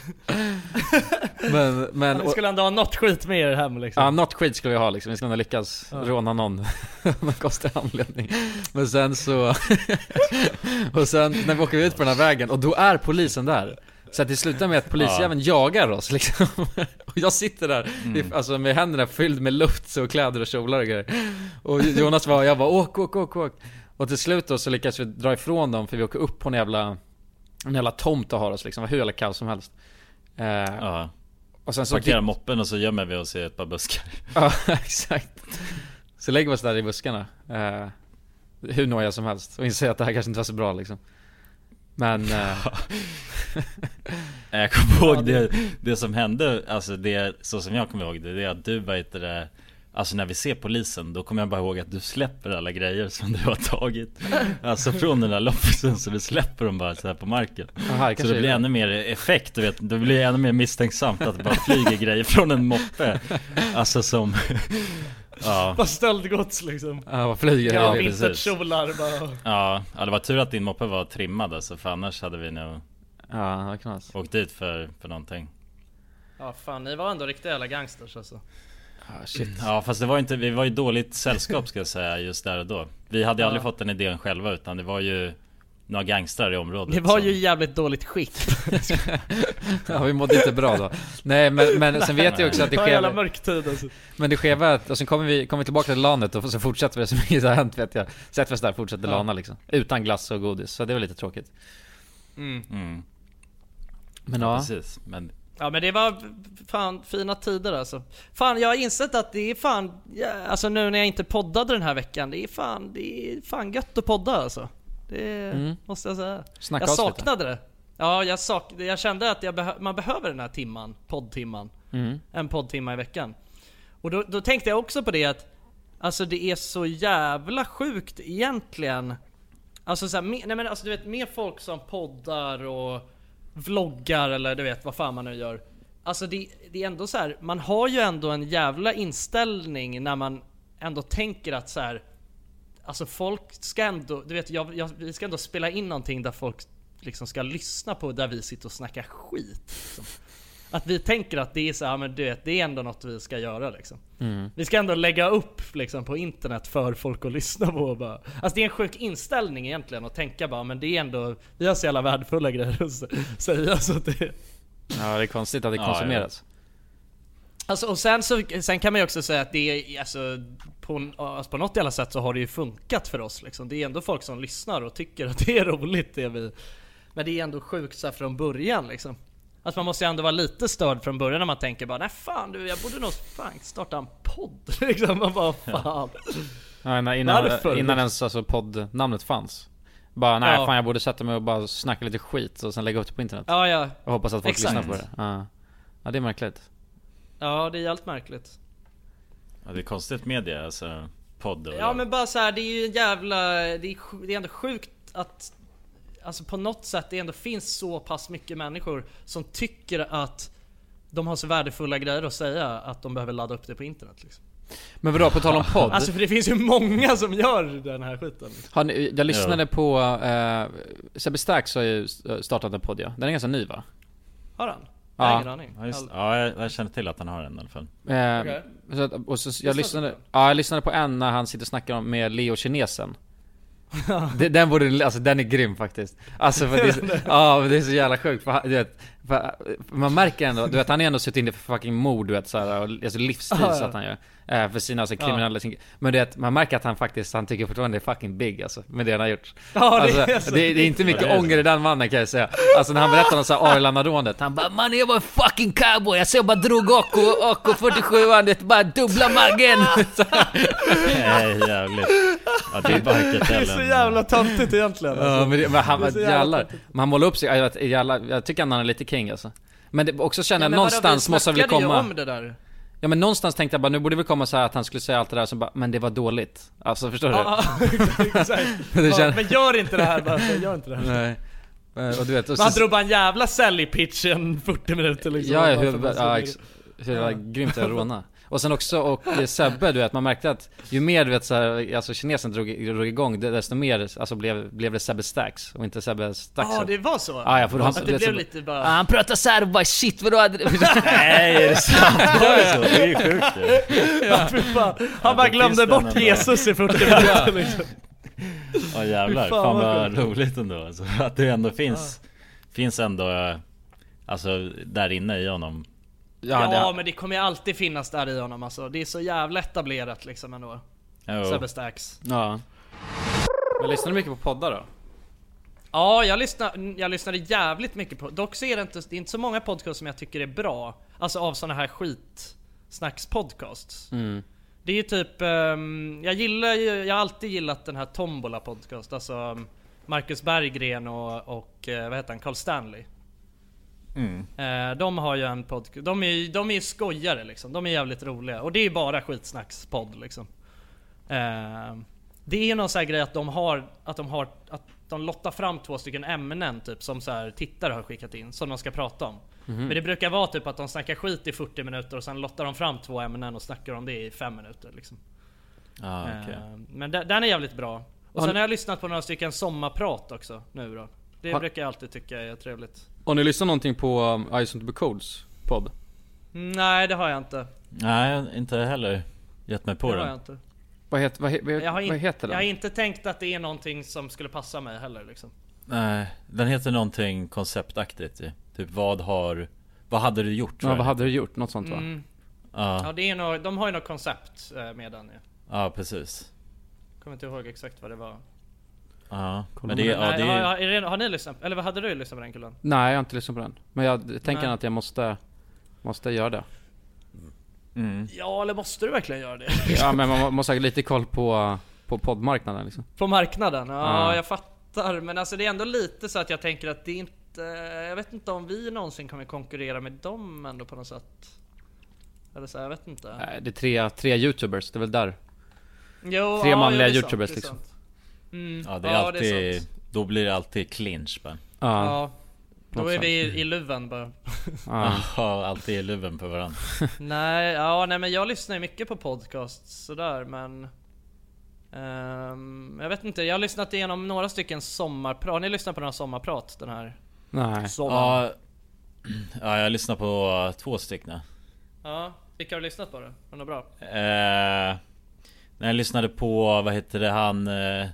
Speaker 3: Men, men
Speaker 8: vi skulle ändå ha något skit med er hem liksom.
Speaker 3: Ja, något skit skulle vi ha liksom. Vi skulle ändå lyckas ja. råna någon någon konstig anledning. Men sen så och sen när vi åker ut på den här vägen och då är polisen där. Så att det slutar med att polisjäveln ja. jagar oss liksom. Och jag sitter där mm. alltså med händerna fylld med luft och kläder och kjolar och grejer. Och Jonas var, jag var åk, åk, åk, åk. Och till slut då så lyckas vi dra ifrån dem, för vi åker upp på en jävla en jävla tomt och har oss liksom, hur jävla kaos som helst. eh,
Speaker 15: Ja.
Speaker 3: Och sen så
Speaker 15: parkerar moppen och så gömmer vi oss i ett par buskar.
Speaker 3: Ja, exakt. Så lägger vi oss där i buskarna, eh, hur noja som helst, och inser att det här kanske inte var så bra liksom. Men eh...
Speaker 15: jag kommer ihåg det, det som hände, alltså det, så som jag kommer ihåg det, det är att du vet det, alltså när vi ser polisen, då kommer jag bara ihåg att du släpper alla grejer som du har tagit, alltså från den där loppisen, så vi släpper dem bara så här på marken. Aha, så det blir ännu mer effekt, du vet, det blir ännu mer misstänksamt att det bara flyger grejer från en moppe, alltså som ja.
Speaker 8: Bara stöldgods liksom.
Speaker 3: Ja, vad flyger.
Speaker 8: Ja, vinterkjolar bara.
Speaker 15: Ja, ja, det var tur att din moppe var trimmad alltså, för annars hade vi nog
Speaker 3: ja, knas.
Speaker 15: åkt dit för, för någonting.
Speaker 8: Ja, fan, ni var ändå riktiga jävla gangsters alltså.
Speaker 3: Ah, shit.
Speaker 15: Ja, fast det var inte, vi var ju dåligt sällskap ska jag säga just där och då. Vi hade ju
Speaker 8: ja.
Speaker 15: aldrig fått den idén själva, utan det var ju några gangstrar i området.
Speaker 8: Det var
Speaker 15: som...
Speaker 8: ju jävligt dåligt skick.
Speaker 3: Ja, vi mådde inte bra då. Nej, men, men sen vet jag också att det sker
Speaker 8: jävla mörktid alltså.
Speaker 3: Men det sker att, och sen kommer vi, kommer vi tillbaka till lanet och så fortsätter vi, som inget har hänt vet jag. Sätter vi oss där och fortsätter ja. lana liksom, utan glass och godis, så det var lite tråkigt.
Speaker 8: Mm.
Speaker 15: Mm.
Speaker 3: Men ja,
Speaker 15: ja precis. Men...
Speaker 8: ja, men det var fan fina tider alltså. Fan, jag har insett att det är fan, ja, alltså nu när jag inte poddade den här veckan, det är fan, det är fan gött att podda alltså. Det mm. måste jag säga.
Speaker 3: Snacka
Speaker 8: jag saknade det. Ja, jag, sak, jag kände att jag behö, man behöver den här timman, poddtimman. Mm. En poddtimma i veckan. Och då, då tänkte jag också på det att alltså det är så jävla sjukt egentligen. Alltså så här, med, nej men alltså du vet, med folk som poddar och vloggar eller du vet vad fan man nu gör. Alltså det, det är ändå så här, man har ju ändå en jävla inställning när man ändå tänker att så här, alltså folk ska ändå, du vet, jag, jag, vi ska ändå spela in någonting där folk liksom ska lyssna på, där vi sitter och snackar skit liksom. Att vi tänker att det är så här, men du vet, det är ändå något vi ska göra liksom. Mm. Vi ska ändå lägga upp liksom på internet för folk att lyssna på bara. Alltså det är en sjuk inställning egentligen att tänka bara, men det är ändå, vi har så jävla värdefulla grejer att säga så att det...
Speaker 3: Ja, det är konstigt att det konsumeras.
Speaker 8: Ja, ja. Alltså, och sen, så, sen kan man ju också säga att det är alltså, på, alltså, på något jävla sätt så har det ju funkat för oss liksom. Det är ändå folk som lyssnar och tycker att det är roligt det vi... Men det är ändå sjukt så här från början liksom. Att man måste ju ändå vara lite störd från början när man tänker bara, nej fan du, jag borde nog fan starta en podd liksom. Man bara, fan.
Speaker 3: Ja, innan, innan, innan ens alltså, poddnamnet fanns. Bara, nej ja. fan jag borde sätta mig och bara snacka lite skit och sen lägga upp det på internet.
Speaker 8: Ja, ja.
Speaker 3: Och hoppas att folk
Speaker 8: Exakt.
Speaker 3: lyssnar på det. Ja. Ja, det är märkligt.
Speaker 8: Ja, det är helt märkligt.
Speaker 15: Ja, det är konstigt media, alltså podd och...
Speaker 8: Ja, men bara så här, det är ju en jävla, det är, det är ändå sjukt att alltså på något sätt det ändå finns så pass mycket människor som tycker att de har så värdefulla grejer att säga att de behöver ladda upp det på internet liksom.
Speaker 3: Men vadå, på tal om podd?
Speaker 8: Alltså för det finns ju många som gör den här skiten liksom.
Speaker 3: Har ni, jag lyssnade ja. på eh, Sebbe Stax har ju startat en podd, ja. Den är ganska ny va?
Speaker 8: Har han?
Speaker 3: Ja.
Speaker 8: Jag ingen aning.
Speaker 15: Ja, just, ja jag, jag känner till att han har en i alla fall.
Speaker 3: eh, okay. så att, och så, jag, lyssnade, ja, jag lyssnade på en när han sitter och snackar om, med Leo Kinesen. Den borde, alltså den är grym faktiskt. Alltså för det är så, ja, det är så jävla sjukt för, du vet, för, för man märker ändå, du vet han är ändå suttit inne för fucking mord, du vet så här, och, alltså livsstil ah, så att han gör eh, för sina alltså, kriminella ah. Men du vet, man märker att han faktiskt, han tycker fortfarande det är fucking big alltså, med det han har gjort.
Speaker 8: ah,
Speaker 3: alltså,
Speaker 8: det, är så...
Speaker 3: det, det är inte mycket ånger i den mannen kan jag säga. Alltså när han berättar om så här Arlanda-rånet, han bara, man jag var en fucking cowboy, jag så jag bara drog Occo, Occo fyrtiosju, det bara dubbla maggen.
Speaker 15: Nej, jävligt. Ja, det är bara
Speaker 8: det är så jävla tantigt egentligen alltså.
Speaker 3: Ja, men, det, men han var jävlar. Man målar upp sig, jag, jag, jag tycker han är lite king alltså. Men det, också känner jag ja, någonstans måste väl komma
Speaker 8: om det där.
Speaker 3: Ja, men någonstans tänkte jag bara, nu borde vi komma så här att han skulle säga allt det där som bara, men det var dåligt. Alltså förstår du?
Speaker 8: Ja, exakt. Ja, känner... Men gör inte det här bara, gör inte det här.
Speaker 3: Nej. Och du vet, och
Speaker 8: man
Speaker 3: så...
Speaker 8: drog bara en jävla sälj pitch en fyrtio minuter liksom.
Speaker 3: Ja, hur, ja, ex... hur ja. grymt att råna. Och sen också, och Sebbe, du vet, man märkte att ju mer du vet så här, alltså kinesen drog, drog igång, desto mer alltså blev, blev det Sebbe Stax och inte Sebbe Stax.
Speaker 8: Ja, ah, det var så?
Speaker 3: Ah, ja, för
Speaker 8: han,
Speaker 3: han,
Speaker 8: det blev Sebbe... lite bara...
Speaker 3: Ah, han pratar så här och bara, shit, vadå?
Speaker 15: Nej, är det sant? Det är så, det är ju sjukt det.
Speaker 8: Ja, för fan. Han ja, bara glömde bort Jesus i fyrtio minuter liksom.
Speaker 15: Ja, jävlar, fan, fan vad roligt ändå alltså, att det ändå finns ja. finns ändå alltså där inne i honom.
Speaker 8: Ja, ja det... men det kommer ju alltid finnas där i honom alltså. Det är så jävla etablerat liksom ändå. Sebbe Stax.
Speaker 3: Ja. Men lyssnar du mycket på poddar då?
Speaker 8: Ja, jag lyssnar, jag lyssnade jävligt mycket på. Dock så är det inte, det är inte så många podcasts som jag tycker är bra. Alltså av såna här skitsnackspodcasts.
Speaker 3: Mm.
Speaker 8: Det är ju typ um, jag gillar ju, jag har alltid gillat den här Tombola podcast. Alltså um, Marcus Berggren och, och uh, vad heter han, Carl Stanley.
Speaker 15: Mm.
Speaker 8: Uh, de har ju en podcast. De är de är skojare liksom. De är jävligt roliga. Och det är bara skitsnackspodd liksom. Uh, det är någon sån här grej att de har att de har att de lottar fram två stycken ämnen typ som så här tittare har skickat in som de ska prata om. Mm-hmm. Men det brukar vara typ att de snackar skit i fyrtio minuter och sen lottar de fram två ämnen och snackar om det i fem minuter liksom.
Speaker 15: Ah, okay.
Speaker 8: uh, Men d- den är jävligt bra. Och sen har jag lyssnat på några stycken sommarprat också nu då. Det har... brukar jag alltid tycka är trevligt.
Speaker 3: Har ni lyssnat någonting på um, Ice on the Codes podd?
Speaker 8: Nej, det har jag inte.
Speaker 15: Nej, inte heller gett mig på
Speaker 8: det
Speaker 15: den.
Speaker 8: Har jag inte.
Speaker 3: Vad, het, vad, vad,
Speaker 8: jag har in,
Speaker 3: vad heter den?
Speaker 8: Jag har inte tänkt att det är någonting som skulle passa mig heller liksom.
Speaker 15: Nej, den heter någonting konceptaktigt. Typ vad har vad hade du gjort?
Speaker 3: Ja, vad hade du gjort? Något sånt va?
Speaker 8: Mm.
Speaker 15: Ja.
Speaker 8: Ja, det är nog, de har ju något koncept med den ja.
Speaker 15: Ja, precis.
Speaker 8: Kommer inte ihåg exakt vad det var.
Speaker 15: Ja,
Speaker 8: men det, ja, det är... har, har, har ni lyssnat? Eller vad hade du lyssnat på den kullen?
Speaker 3: Nej, jag har inte lyssnat på den. Men jag tänker Nej. att jag måste måste göra det.
Speaker 15: Mm.
Speaker 8: Ja, eller måste du verkligen göra det?
Speaker 3: Ja, men man måste ha lite koll på på poddmarknaden liksom.
Speaker 8: På marknaden? Ja,
Speaker 3: ja,
Speaker 8: jag fattar. Men alltså det är ändå lite så att jag tänker att det är inte... Jag vet inte om vi någonsin kommer konkurrera med dem ändå på något sätt. Eller så, jag vet inte.
Speaker 3: Nej, det är tre, tre YouTubers, det är väl där.
Speaker 8: Jo,
Speaker 3: tre
Speaker 8: ja,
Speaker 3: manliga
Speaker 8: ja,
Speaker 3: YouTubers
Speaker 8: sant,
Speaker 3: liksom.
Speaker 8: Mm.
Speaker 15: Ja, det är
Speaker 8: ja,
Speaker 15: alltid...
Speaker 8: det är
Speaker 15: då blir det alltid clinch bara.
Speaker 3: Ja.
Speaker 8: Ja. Då är vi i, i luven bara.
Speaker 15: Ja, ja, alltid i luven på varandra.
Speaker 8: Nej, ja, nej men jag lyssnar ju mycket på podcasts sådär, men um, jag vet inte, jag har lyssnat igenom några stycken sommarprat. Har ni lyssnat på några sommarprat den här?
Speaker 3: Nej.
Speaker 15: Ja, ja, jag lyssnar på två stycken.
Speaker 8: Ja, vilka har du lyssnat på då? Var det bra?
Speaker 15: Eh, när jag lyssnade på, vad heter det, han eh,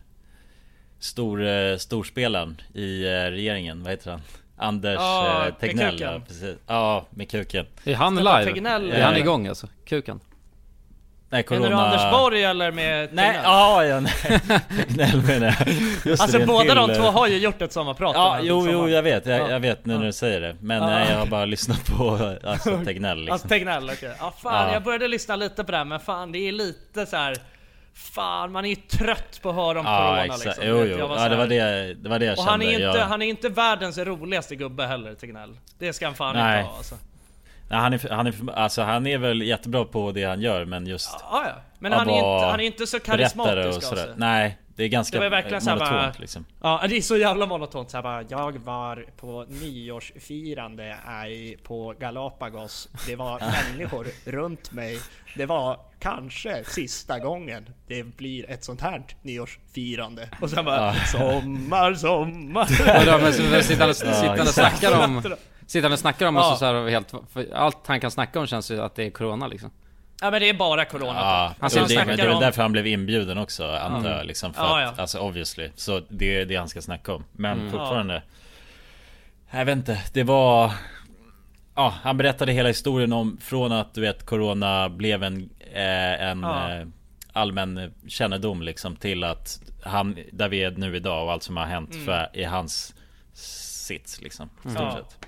Speaker 15: stor, eh, storspelaren i eh, regeringen, vad heter han? Anders
Speaker 8: ja,
Speaker 15: eh, Tegnell,
Speaker 8: med
Speaker 15: ja, precis. Ja, med kuken.
Speaker 3: Är han live?
Speaker 8: Tegnell,
Speaker 3: är han igång alltså? Kuken?
Speaker 15: Nej, corona...
Speaker 8: Menar du Anders Borg eller med Tegnell?
Speaker 15: Nej, ja, ja, nej. Tegnell menar jag. Just
Speaker 8: alltså
Speaker 15: det,
Speaker 8: båda
Speaker 15: till...
Speaker 8: de två har ju gjort ett sommarprat.
Speaker 15: Ja, jo, jo, jag vet, jag,
Speaker 8: ja.
Speaker 15: jag vet nu när du säger det. Men ja. Jag har bara lyssnat på alltså, Tegnell liksom.
Speaker 8: Alltså Tegnell, okej. Okay. Ja, fan,
Speaker 15: ja.
Speaker 8: jag började lyssna lite på det, men fan, det är lite så här. Fan, man är ju trött på att höra om
Speaker 15: ja,
Speaker 8: corona
Speaker 15: exakt.
Speaker 8: liksom.
Speaker 15: Jo, jo. Ja, det var det, det var det jag
Speaker 8: och
Speaker 15: kände.
Speaker 8: han är inte,
Speaker 15: jag...
Speaker 8: han är inte världens roligaste gubbe heller, Tegnell. Det ska han fan
Speaker 15: Nej.
Speaker 8: inte ha alltså.
Speaker 15: Nej, han är, han är, alltså han är väl jättebra på det han gör, men just
Speaker 8: ja, ja. Men han är, inte, han är inte så karismatisk
Speaker 15: och sådär. Nej, det är ganska
Speaker 8: det var verkligen
Speaker 15: monotont
Speaker 8: bara,
Speaker 15: liksom.
Speaker 8: Ja, det är så jävla monotont så här bara, jag var på nyårsfirande i, på Galapagos. Det var människor runt mig. Det var kanske sista gången det blir ett sånt här nyårsfirande. Och sen bara, ja. sommar, sommar.
Speaker 3: Ja, men så sitter han och, sitter och snackar om Sitter han och snackar om ja. och så här helt, allt han kan snacka om känns ju att det är corona liksom.
Speaker 8: Ja, men det är bara corona.
Speaker 15: Ja,
Speaker 8: alltså,
Speaker 15: det,
Speaker 8: han
Speaker 15: det, det är därför han blev inbjuden också, antar jag, liksom, för
Speaker 8: ja,
Speaker 15: att,
Speaker 8: ja.
Speaker 15: alltså obviously. Så det är det han ska snacka om. Men
Speaker 8: mm.
Speaker 15: fortfarande ja. Jag vet inte, det var ja, han berättade hela historien om från att du vet corona blev en, eh, en ja. eh, allmän kännedom liksom, till att han, där vi är nu idag och allt som har hänt mm. för, i hans sits liksom,
Speaker 8: mm.
Speaker 15: stort
Speaker 8: ja.
Speaker 15: sett.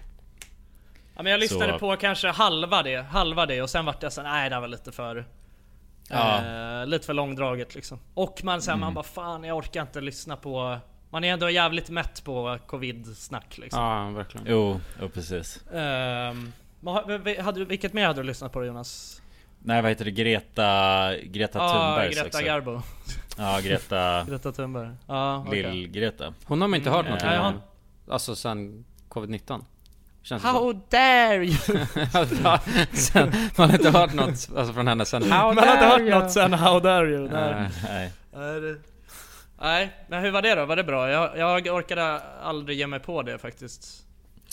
Speaker 8: Ja, men jag lyssnade
Speaker 15: så... på
Speaker 8: kanske halva det, halva det och sen vart jag så nej, det var lite för ja. eh, lite för långdraget liksom. Och man sen mm. man bara fan, jag orkar inte lyssna på. Man är ändå jävligt mätt på covid-snack liksom.
Speaker 3: Ja, verkligen.
Speaker 15: Jo, jo precis.
Speaker 8: Um, hade du, vilket mer hade du lyssnat på, Jonas?
Speaker 15: Nej, vad heter det? Greta Greta
Speaker 8: ah,
Speaker 15: Thunberg
Speaker 8: Greta
Speaker 15: också.
Speaker 8: Garbo.
Speaker 15: Ja, Greta
Speaker 8: Greta Thunberg. Ja,
Speaker 15: Lill
Speaker 8: okay.
Speaker 15: Greta.
Speaker 3: Hon har man inte hört
Speaker 8: mm,
Speaker 3: någonting
Speaker 8: ja,
Speaker 3: om. Alltså sen covid nitton. Känns
Speaker 8: How
Speaker 3: så.
Speaker 8: dare you?
Speaker 3: sen, man har inte hört något alltså, från henne sen. How
Speaker 8: man har inte hört you? något sen How dare you?
Speaker 15: Nej. Nej.
Speaker 8: Nej. Nej, men hur var det då? Var det bra? Jag, jag orkade aldrig ge mig på det faktiskt.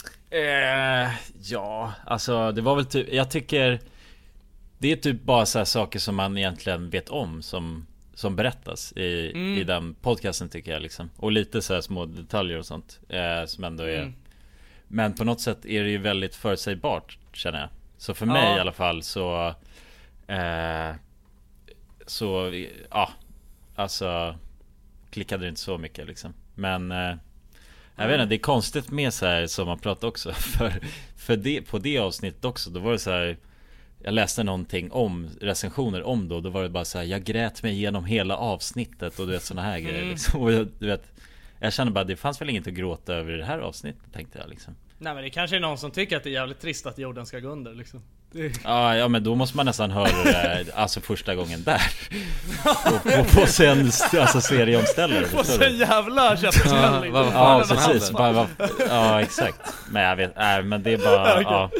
Speaker 15: Eh, ja, alltså det var väl typ, jag tycker det är typ bara så här saker som man egentligen vet om som, som berättas i, mm. i den podcasten tycker jag liksom. Och lite så här små detaljer och sånt eh, som ändå är mm. Men på något sätt är det ju väldigt förutsägbart, känner jag. Så för mig ja. i alla fall så eh, så ja, alltså klickade det inte så mycket liksom. Men eh, jag vet inte, det är konstigt med så här som man pratar också. För, för det, på det avsnittet också, då var det så här. Jag läste någonting om recensioner om då. Då var det bara så här, jag grät mig igenom hela avsnittet och du vet såna här grejer
Speaker 8: Mm.
Speaker 15: liksom. Och jag, du vet, jag kände bara, det fanns väl inget att gråta över i det här avsnittet, tänkte jag liksom.
Speaker 8: Nej men det kanske är någon som tycker att det är jävligt trist att jorden ska gå under liksom. Det...
Speaker 15: Ja, ja men då måste man nästan höra det alltså första gången där. Och få sig en alltså, serieomställare.
Speaker 8: Få sig en jävla köpsmällning.
Speaker 15: Ja, ja precis, bara, bara, ja exakt. Men jag vet, nej men det är bara okay. Ja.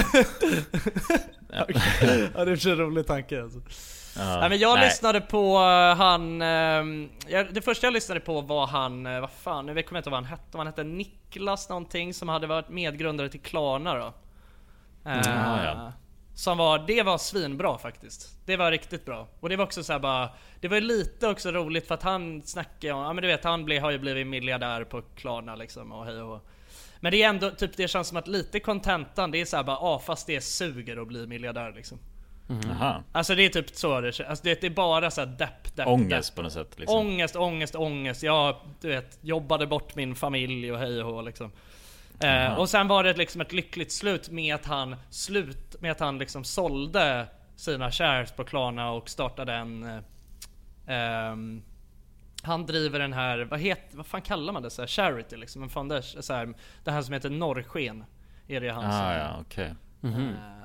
Speaker 8: Ja. Okay. Ja, det är en rolig tanke alltså.
Speaker 15: Ja,
Speaker 8: nej, men jag
Speaker 15: nej.
Speaker 8: lyssnade på uh, han uh, jag, det första jag lyssnade på var han uh, vad fan, nu vet jag inte vad han hette. Han hette Niklas någonting, som hade varit medgrundare till Klarna då. Uh,
Speaker 15: ja, ja.
Speaker 8: Som var, det var svinbra faktiskt. Det var riktigt bra. Och det var också så här bara, det var ju lite också roligt för att han snackade om, ja men du vet, han blev, har ju blivit miljardär på Klarna liksom och hej och. Men det är ändå typ, det känns som att lite kontentan, det är så här bara, ah, fast det suger att bli miljardär liksom.
Speaker 15: Mm. Aha.
Speaker 8: Alltså det är typ så det, alltså det är bara så här depp, depp,
Speaker 15: ångest
Speaker 8: depp.
Speaker 15: på något sätt liksom.
Speaker 8: Ångest, ångest, ångest. Jag, du vet, jobbade bort min familj och hej och liksom. Eh, och sen var det liksom ett lyckligt slut med att han slut med att han liksom sålde sina shares på Klarna och startade en eh, eh, han driver den här, vad heter, vad fan kallar man det, så här, charity liksom, en foundation, så här, det här som heter Norrsken är det han
Speaker 15: ah,
Speaker 8: som,
Speaker 15: ja, okej. Okay. Mm-hmm.
Speaker 8: eh,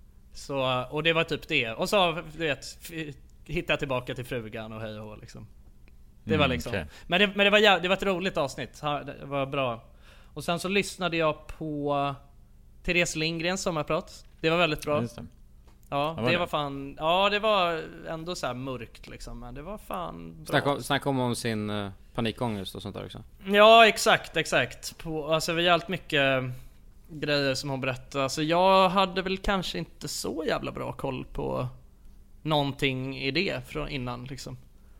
Speaker 8: så, och det var typ det. Och så du vet, hitta tillbaka till frugan och hej och liksom. Det var liksom mm, okay. Men, det, men det, var, det var ett roligt avsnitt. Det var bra. Och sen så lyssnade jag på Therese Lindgrens sommarprat. Det var väldigt bra.
Speaker 15: Just det.
Speaker 8: Ja,
Speaker 15: var
Speaker 8: det
Speaker 15: det
Speaker 8: var fan. Ja, det var ändå så här mörkt liksom, men det var fan bra.
Speaker 3: Snacka om, snacka om, om sin uh, panikångest och sånt där också.
Speaker 8: Ja, exakt, exakt. På, alltså vi har allt mycket grejer som hon berättade. Alltså jag hade väl kanske inte så jävla bra koll på någonting i det från innan liksom.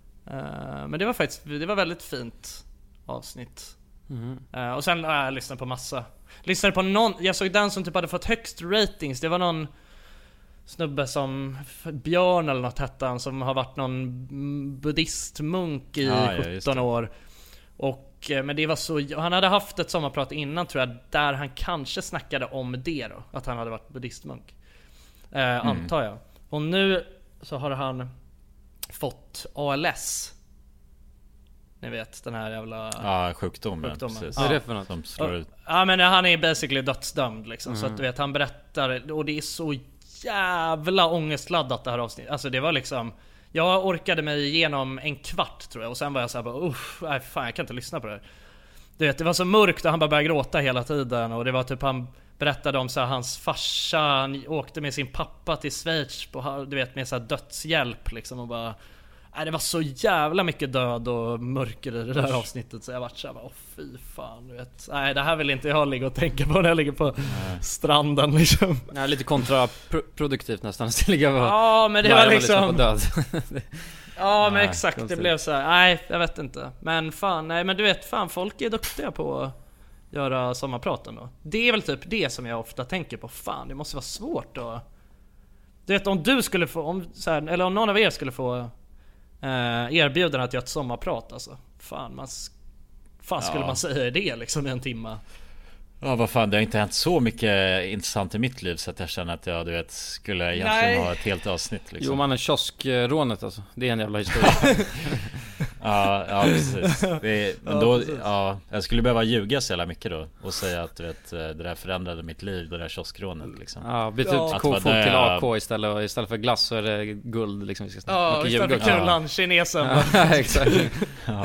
Speaker 8: Uh, men det var faktiskt, det var väldigt fint avsnitt. Mm. Uh, och sen har uh, jag lyssnat på massa. Lyssnade på någon, jag såg den som typ hade fått högst ratings. Det var någon snubbe som Björn eller något hette han, som har varit någon buddhistmunk i ah, sjutton ja, år. Och men det var så, han hade haft ett sommarprat innan tror jag, där han kanske snackade om det då, att han hade varit buddhistmunk. Uh, mm. Antar jag. Och nu så har han fått A L S. Ni vet, den här jävla
Speaker 15: ja, sjukdomen,
Speaker 8: sjukdomen.
Speaker 15: Precis.
Speaker 8: Ja.
Speaker 3: Vad är det för något?
Speaker 15: Som slår ut.
Speaker 8: Ja, men han är basically dödsdömd liksom.
Speaker 3: Mm.
Speaker 8: Så att du vet, han berättar, och det är så jävla ångestladdat det här avsnittet. Alltså det var liksom, jag orkade mig igenom en kvart tror jag. Och sen var jag så här bara, uff, nej fan jag kan inte lyssna på det här. Du vet, det var så mörkt och han bara började gråta hela tiden. Och det var typ, han berättade om så här, hans farsa, han åkte med sin pappa till Schweiz på, du vet, med så här dödshjälp liksom. Och bara, nej, det var så jävla mycket död och mörker i det där avsnittet. Så jag vart såhär, åh fy fan, du vet. Nej, det här vill inte jag ligga och tänka på när jag ligger på nej. stranden liksom.
Speaker 3: Nej, lite kontraproduktivt nästan att ligga och
Speaker 8: ja, men det var liksom
Speaker 3: på död.
Speaker 8: Ja, men nej, exakt, konstigt. Det blev så här. Nej, jag vet inte. Men fan, nej men du vet, fan folk är duktiga på att göra sommarpraten då. Det är väl typ det som jag ofta tänker på. Fan, det måste vara svårt då. Du vet, om du skulle få om, så här, eller om någon av er skulle få Uh, erbjuden att göra ett sommarprat alltså. Fan, man, fan skulle ja. man säga det liksom i en timme.
Speaker 15: Ja, vad fan, det har inte hänt så mycket intressant i mitt liv så att jag känner att jag, du vet, skulle egentligen Nej. ha ett helt avsnitt liksom.
Speaker 3: Jo, man är kioskrånet alltså. Det är en jävla historia.
Speaker 15: Ja, ja precis. Det, men ja, då, precis. Ja, jag skulle behöva ljuga så jävla mycket då och säga att du vet, det där förändrade mitt liv, det där kioskrånet liksom.
Speaker 3: Ja, byt ja. ut kofot till A K istället, och istället för glass så är det guld liksom. Vi ska
Speaker 8: ja, istället för kullan, kinesen.
Speaker 3: Ja, exakt.
Speaker 15: Ja,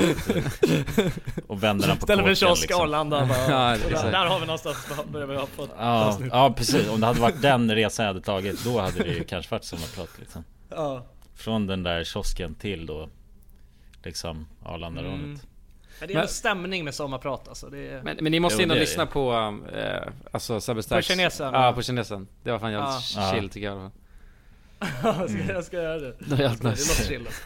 Speaker 15: och vänder den på
Speaker 8: istället för kiosk,
Speaker 15: liksom.
Speaker 8: Arlanda bara, ja, där, där har vi någonstans börjar vi ha fått.
Speaker 15: Ja, ja, precis. Om det hade varit den resan jag hade tagit, då hade det ju kanske varit sommarprat liksom.
Speaker 8: Ja.
Speaker 15: Från den där kiosken till då liksom Arlandarånet. Mm.
Speaker 8: Men det är en stämning med sommarprat alltså. Det är...
Speaker 3: men, men ni måste jo, in och lyssna på äh, alltså Sebbe Stax.
Speaker 8: På kinesen.
Speaker 3: Ja, på kinesen. Det var fan jävligt
Speaker 8: ja.
Speaker 3: chill tycker jag.
Speaker 8: mm. Jag ska göra det.
Speaker 3: Det är helt nice.
Speaker 8: Det låter chill.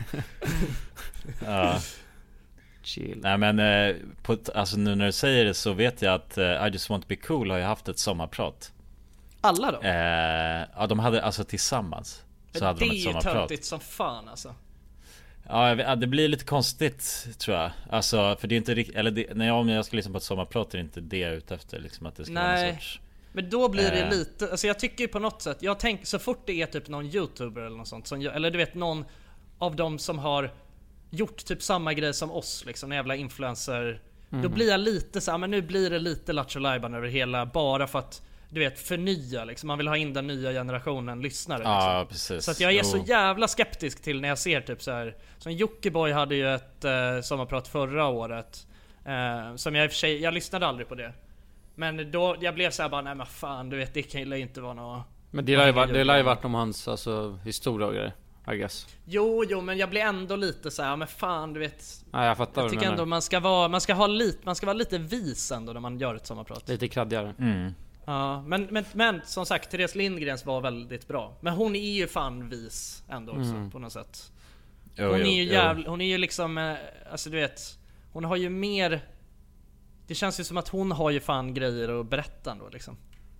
Speaker 15: Ja.
Speaker 3: Chill.
Speaker 15: Nej men eh, på, alltså nu när du säger det så vet jag att eh, I Just Want To Be Cool har ju haft ett sommarprat.
Speaker 8: Alla då?
Speaker 15: Eh, ja, de hade alltså tillsammans så hade
Speaker 8: det
Speaker 15: de ett sommarprat.
Speaker 8: Det är ju töntigt som fan alltså.
Speaker 15: Ja, jag vet, det blir lite konstigt tror jag. Alltså, för det är inte riktigt, eller det, när jag, om jag ska lyssna på ett sommarprat är det inte det jag är ute efter liksom, att det ska
Speaker 8: Nej.
Speaker 15: vara en sorts...
Speaker 8: Men då blir det
Speaker 15: eh.
Speaker 8: lite, alltså jag tycker ju på något sätt, jag tänker så fort det är typ någon youtuber eller något sånt som, eller du vet någon av dem som har gjort typ samma grej som oss liksom, en jävla influencer. Mm. Då blir jag lite så här, men nu blir det lite Lattjo Lajban över hela, bara för att du vet förnya liksom, man vill ha in den nya generationen lyssnare liksom.
Speaker 15: Ja, precis.
Speaker 8: Så att jag är
Speaker 15: jo.
Speaker 8: så jävla skeptisk till när jag ser typ så här, som Jockiboi hade ju ett eh, sommarprat förra året eh, som jag i och för sig, jag lyssnade aldrig på det. Men då, jag blev så här bara, nej men fan, du vet, det kan ju inte vara något.
Speaker 3: Men det lär ju, det lär ju varit om hans alltså, historia och grejer, I guess.
Speaker 8: Jo, jo, men jag blir ändå lite så här, men fan, du vet.
Speaker 3: Ja, jag fattar.
Speaker 8: Jag tycker ändå man ska vara, man ska ha lite, man ska vara lite vis ändå när man gör ett sommarprat.
Speaker 3: Lite kraddigare.
Speaker 15: Mm.
Speaker 8: Ja, men, men, men som sagt, Therese Lindgrens var väldigt bra. Men hon är ju fan vis ändå också, mm. på något sätt. Hon
Speaker 15: jo,
Speaker 8: är
Speaker 15: jo,
Speaker 8: ju
Speaker 15: jo.
Speaker 8: jävla, hon är ju liksom, eh, alltså du vet, hon har ju mer. Det känns ju som att hon har ju fan grejer att berätta ändå liksom.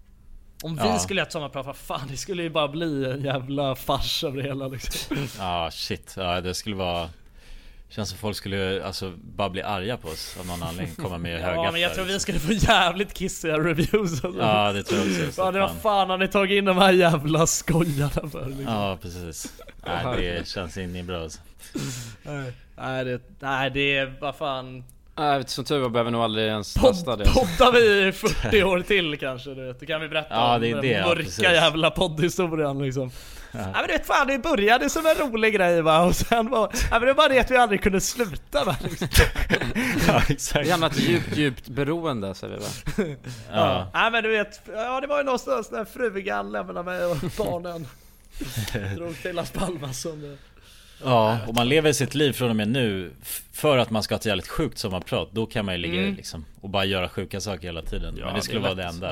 Speaker 8: Om vi
Speaker 15: ja.
Speaker 8: skulle göra ett sommarprat, vad fan, det skulle ju bara bli en jävla fars över det hela liksom.
Speaker 15: Ja, shit. Ja, det skulle vara... Känns som folk skulle alltså bara bli arga på oss av någon anledning, komma med höga.
Speaker 8: Ja, men jag tror vi skulle få jävligt kissiga reviews alltså.
Speaker 15: Ja, det tror jag också.
Speaker 8: Ja, det var fan har ni tagit in de här jävla skojarna för liksom.
Speaker 15: Ja, precis. Nej, det känns inte bra alltså.
Speaker 8: Nej, det, nej, det är vad fan.
Speaker 3: Nej, som tur var behöver nog aldrig ens testa det.
Speaker 8: Poddar vi i fyrtio år till kanske, du vet. Då kan vi berätta
Speaker 15: ja,
Speaker 8: om
Speaker 15: det är
Speaker 8: den
Speaker 15: det,
Speaker 8: mörka
Speaker 15: ja,
Speaker 8: jävla poddhistorien liksom.
Speaker 15: Ja.
Speaker 8: Nej, men du vet fan, det började som en rolig grej va. Och sen var, nej, men det var det att vi aldrig kunde sluta va liksom.
Speaker 15: Ja, exakt.
Speaker 3: Det är ett djupt, djupt beroende, säger vi va.
Speaker 8: Ja. Ja. Nej, men du vet, ja, det var ju någonstans när frugan lämnade mig och barnen drog till Las Palmas som det.
Speaker 15: Ja, och man lever sitt liv från och med nu för att man ska ha ett jävligt sjukt sommarprat. Då kan man ju ligga mm. liksom och bara göra sjuka saker hela tiden. Ja, men det skulle det vara det enda.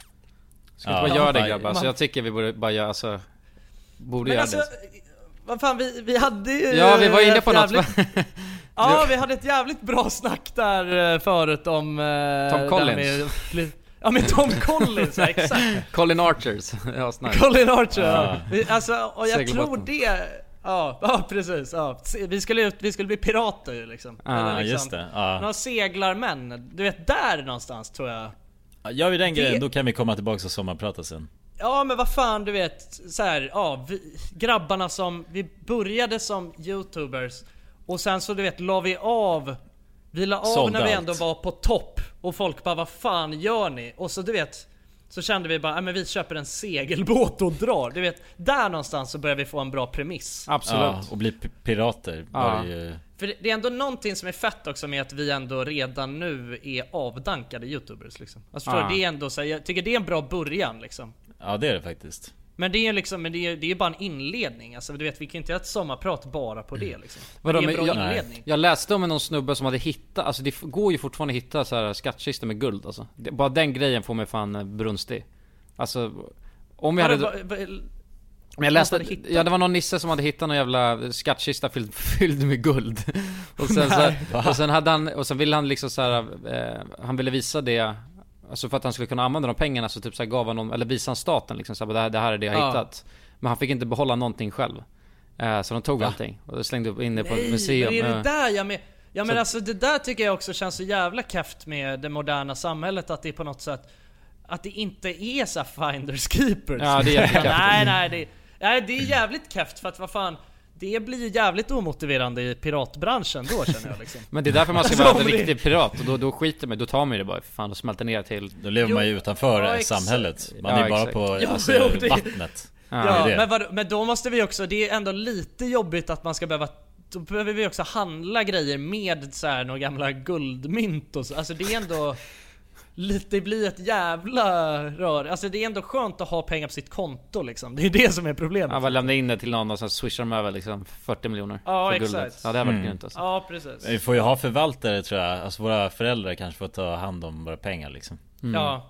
Speaker 3: Ska inte ja. bara göra det grabbar, så jag tycker vi borde bara göra, alltså, borde göra
Speaker 8: alltså,
Speaker 3: det.
Speaker 8: Vad fan, vi, vi hade ju...
Speaker 3: Ja, vi var inne på något.
Speaker 8: Jävligt, ja, vi hade ett jävligt bra snack där förut om...
Speaker 3: Tom Collins.
Speaker 8: Med, ja, med Tom Collins, ja, exakt.
Speaker 3: Colin Archers. Ja, snart.
Speaker 8: Colin Archer, ja.
Speaker 3: ja.
Speaker 8: Vi, alltså, och jag
Speaker 3: Segelbåten.
Speaker 8: tror det... Ja, ja precis. Ja. Vi, skulle, vi skulle bli pirater ju liksom.
Speaker 15: Ja, ah,
Speaker 8: liksom,
Speaker 15: just det. Ah.
Speaker 8: Några seglarmän. Du vet, där någonstans tror jag.
Speaker 15: Gör vi den
Speaker 8: det...
Speaker 15: grejen, då kan vi komma tillbaka och sommarprata sen.
Speaker 8: Ja, men vad fan, du vet så här, ja, vi, grabbarna som vi började som YouTubers och sen så du vet la vi av. Vi la av Såld när allt. Vi ändå var på topp och folk bara, vad fan gör ni? Och så du vet, så kände vi bara, ja men vi köper en segelbåt och drar. Du vet, där någonstans så börjar vi få en bra premiss.
Speaker 3: Absolut.
Speaker 15: Ja, och bli p- pirater.
Speaker 3: Ja.
Speaker 15: Ju...
Speaker 8: För det är ändå någonting som är fett också med att vi ändå redan nu är avdankade YouTubers liksom. Alltså för ja. Det är ändå så här, jag tycker det är en bra början liksom.
Speaker 15: Ja, det är det faktiskt.
Speaker 8: Men det är liksom, men det är, det är bara en inledning. Alltså du vet, vi kan inte göra ett sommarprat bara på det liksom.
Speaker 3: Vadå,
Speaker 8: det är en bra
Speaker 3: jag,
Speaker 8: inledning.
Speaker 3: Jag läste om någon snubbe som hade hittat, alltså det går ju fortfarande att hitta så här skattkistor med guld alltså. Det, bara den grejen får mig fan brunstig. Alltså om jag hade
Speaker 8: va, va,
Speaker 3: men jag läste, ja det var någon nisse som hade hittat någon jävla skattkista fylld, fylld med guld. Och sen så, och sen hade han, och sen ville han liksom så här, eh, han ville visa det. Alltså för att han skulle kunna använda de pengarna så typ så här gav han någon, eller visade han staten liksom så här, det här, det här är det jag har ja. hittat. Men han fick inte behålla någonting själv. Eh, så de tog Va? allting och slängde upp inne på ett museum.
Speaker 8: Men är det där jag med? Ja men
Speaker 3: så,
Speaker 8: alltså det där tycker jag också känns så jävla kräft med det moderna samhället, att det är på något sätt att det inte är så finders keepers.
Speaker 3: Ja, det är
Speaker 8: nej nej det, nej det är jävligt kräft för att vad fan, det blir ju jävligt omotiverande i piratbranschen då känner jag liksom.
Speaker 3: Men det är därför man ska vara en riktig pirat. Och då, då skiter man, då tar man ju det bara för fan och smälter ner till.
Speaker 15: Då lever jo, man ju utanför ja, samhället. Man ja, är ju bara på
Speaker 8: ja,
Speaker 15: alltså,
Speaker 8: jo, det,
Speaker 15: vattnet.
Speaker 8: Ja, ja men, vad, men då måste vi också, det är ändå lite jobbigt att man ska behöva. Då behöver vi också handla grejer med så här några gamla guldmynt och så. Alltså det är ändå lite, blir ett jävla rör. Alltså det är ändå skönt att ha pengar på sitt konto liksom. Det är det som är problemet.
Speaker 3: Ja, bara lämna in det till någon och sen swishar de över liksom fyrtio miljoner
Speaker 8: ja,
Speaker 3: för
Speaker 8: exakt.
Speaker 3: guldet. Ja, det har varit
Speaker 15: mm.
Speaker 3: grymt alltså.
Speaker 8: Ja, precis.
Speaker 15: Vi får ju ha förvaltare tror jag. Alltså våra föräldrar kanske får ta hand om våra pengar liksom.
Speaker 8: Mm. Ja.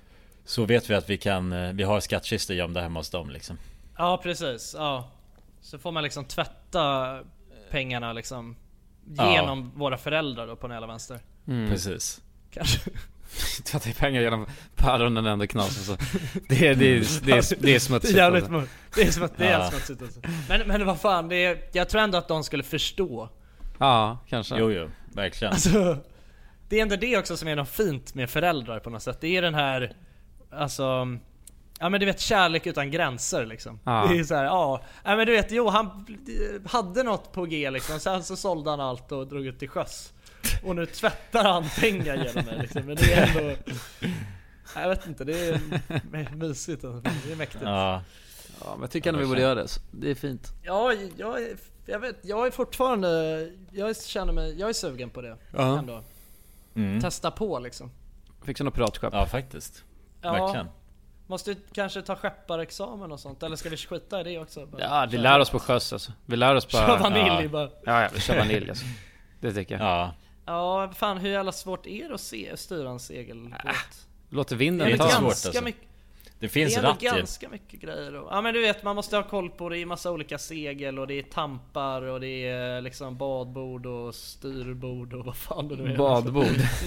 Speaker 15: Så vet vi att vi kan, vi har skattkistor gömda hemma hos dem liksom.
Speaker 8: Ja, precis. Ja. Så får man liksom tvätta pengarna liksom genom ja. våra föräldrar då på den hela vänster.
Speaker 15: Mm. Precis.
Speaker 8: Kanske.
Speaker 3: tvätta pengar genom päronen ändå knas så. Det är, det är, det är, det är smutsigt.
Speaker 8: Det är jävligt
Speaker 3: alltså.
Speaker 8: smutsigt. Det är smutsigt, det är
Speaker 3: Ja.
Speaker 8: smutsigt alltså. Men, men vad fan, det är, jag tror ändå att de skulle förstå.
Speaker 3: Ja, kanske.
Speaker 15: Jo, jo, verkligen.
Speaker 8: Alltså, det är ändå det också som är något fint med föräldrar på något sätt. Det är den här, alltså, ja men du vet, kärlek utan gränser liksom.
Speaker 3: Ja.
Speaker 8: Det är så här, ja, ja men du vet, jo han hade något på G liksom. Sen så sålde han allt och drog ut till sjöss. Och nu tvättar han pengar genom det liksom. Men det är ändå, jag vet inte, det är mysigt alltså. Det är mäktigt.
Speaker 15: Ja.
Speaker 3: Ja, men jag tycker att vi borde göra det. Det är fint.
Speaker 8: Ja, jag, är, jag vet, jag är fortfarande, jag känner mig, jag är sugen på det.
Speaker 3: Ja.
Speaker 8: Ändå.
Speaker 15: Mm.
Speaker 8: Testa på liksom.
Speaker 3: Fixa något piratskepp.
Speaker 15: Ja, faktiskt.
Speaker 8: Ja.
Speaker 15: Verkligen.
Speaker 8: Måste kanske ta skepparexamen och sånt. Eller ska vi skita i det också? Bara
Speaker 3: Ja, vi
Speaker 8: köra.
Speaker 3: lär oss på sjöss alltså. Vi lär oss på...
Speaker 8: Kör vanilj
Speaker 3: ja.
Speaker 8: bara.
Speaker 3: Ja, ja, vi kör vanilj alltså. Det tycker jag.
Speaker 15: Ja.
Speaker 8: Ja, fan hur jävla svårt är det att se, styra en segelbåt?
Speaker 3: Äh, låter vinden
Speaker 15: det är
Speaker 3: ta.
Speaker 15: inte svårt
Speaker 8: ganska
Speaker 15: alltså.
Speaker 8: mycket,
Speaker 15: Det finns
Speaker 8: det är
Speaker 15: ratt
Speaker 8: ändå
Speaker 15: ju.
Speaker 8: ganska mycket grejer då. Ja men du vet, man måste ha koll på det. Det är massa olika segel och det är tampar och det är liksom badbord och styrbord och vad fan det nu är.
Speaker 3: Badbord.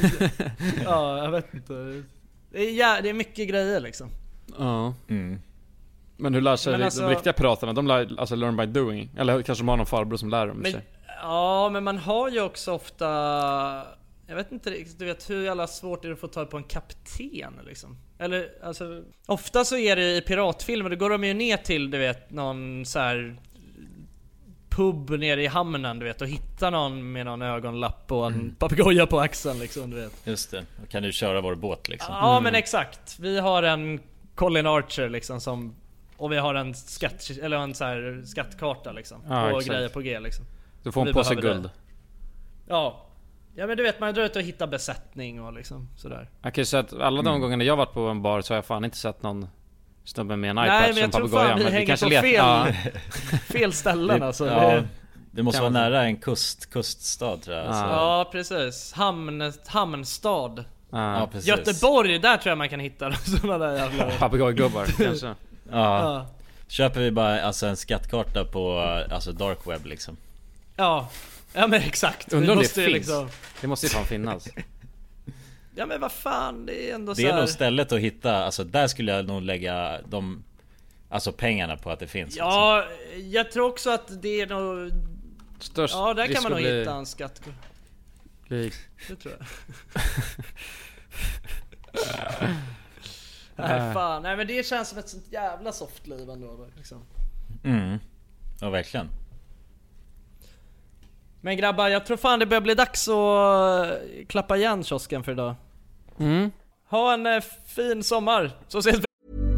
Speaker 8: Ja, jag vet inte. Det är, ja, det är mycket grejer liksom.
Speaker 3: Ja.
Speaker 15: Mm.
Speaker 3: Men hur lär sig
Speaker 8: Men
Speaker 3: de
Speaker 8: alltså-
Speaker 3: riktiga piraterna? De lär alltså learn by doing. Eller kanske de har någon farbror som lär dem
Speaker 8: Men,
Speaker 3: sig.
Speaker 8: ja, men man har ju också ofta, jag vet inte riktigt, du vet hur jävla svårt är det att få tag på en kapten liksom. Eller alltså, ofta så är det i piratfilmer, då går de ju ner till, du vet, någon så här pub nere i hamnen, du vet, och hittar någon med någon ögonlapp och en
Speaker 15: Mm.
Speaker 8: papegoja på axeln liksom, du vet.
Speaker 15: Just det. Då kan du köra vår båt liksom.
Speaker 8: Ja, men exakt. Vi har en Colin Archer liksom som, och vi har en skatt, eller en så här skattkarta liksom,
Speaker 3: Ja,
Speaker 8: och
Speaker 3: exakt.
Speaker 8: grejer på G liksom.
Speaker 3: Du får en
Speaker 8: Vi
Speaker 3: påse
Speaker 8: behöver
Speaker 3: guld.
Speaker 8: det. Ja. Ja men du vet, man drar ut och hittar besättning och liksom sådär.
Speaker 3: Jag kan ju säga att alla de
Speaker 15: Mm.
Speaker 3: gångerna jag varit på en bar så har jag fan inte sett någon snubbe med en
Speaker 8: Nej,
Speaker 3: iPad
Speaker 8: men
Speaker 3: som
Speaker 8: jag tror
Speaker 3: papegoja.
Speaker 8: fan vi
Speaker 3: Men
Speaker 8: hänger
Speaker 3: kanske
Speaker 8: på
Speaker 3: let-
Speaker 8: fel,
Speaker 3: ja.
Speaker 8: fel ställen
Speaker 15: Det-
Speaker 8: alltså.
Speaker 15: ja,
Speaker 8: Det,
Speaker 15: det måste
Speaker 3: kan
Speaker 15: vara
Speaker 3: man-
Speaker 15: nära en kust, kuststad tror jag.
Speaker 3: Ja.
Speaker 15: Så.
Speaker 8: ja precis. Hamn, hamnstad.
Speaker 3: Ja.
Speaker 15: Ja, precis.
Speaker 8: Göteborg, där tror jag man kan hitta sådana där jävla...
Speaker 3: Papegojgubbar kanske.
Speaker 15: Ja.
Speaker 8: Ja.
Speaker 15: Köper vi bara alltså en skattkarta på alltså dark web liksom.
Speaker 8: Ja. Ja men exakt.
Speaker 3: Undrar om det
Speaker 8: måste ju
Speaker 3: finns.
Speaker 8: liksom...
Speaker 3: Det måste ju fan finnas.
Speaker 8: Ja men vad fan, det är ändå så
Speaker 15: Det är
Speaker 8: här...
Speaker 15: nog stället att hitta, alltså där skulle jag nog lägga de, alltså pengarna på att det finns.
Speaker 8: Ja, jag tror också att det är nog...
Speaker 3: Störst
Speaker 8: Ja, där kan
Speaker 3: risk
Speaker 8: man nog
Speaker 3: att bli-
Speaker 8: hitta en skatt.
Speaker 3: bli-
Speaker 8: Det tror jag. Nej fan, nej men det känns som ett sånt jävla soft liv ändå liksom.
Speaker 15: Mm. Ja verkligen.
Speaker 8: Men grabbar, jag tror fan det börjar bli dags att eh, klappa igen kiosken för idag.
Speaker 3: Mm.
Speaker 8: Ha en eh, fin sommar, så ses vi.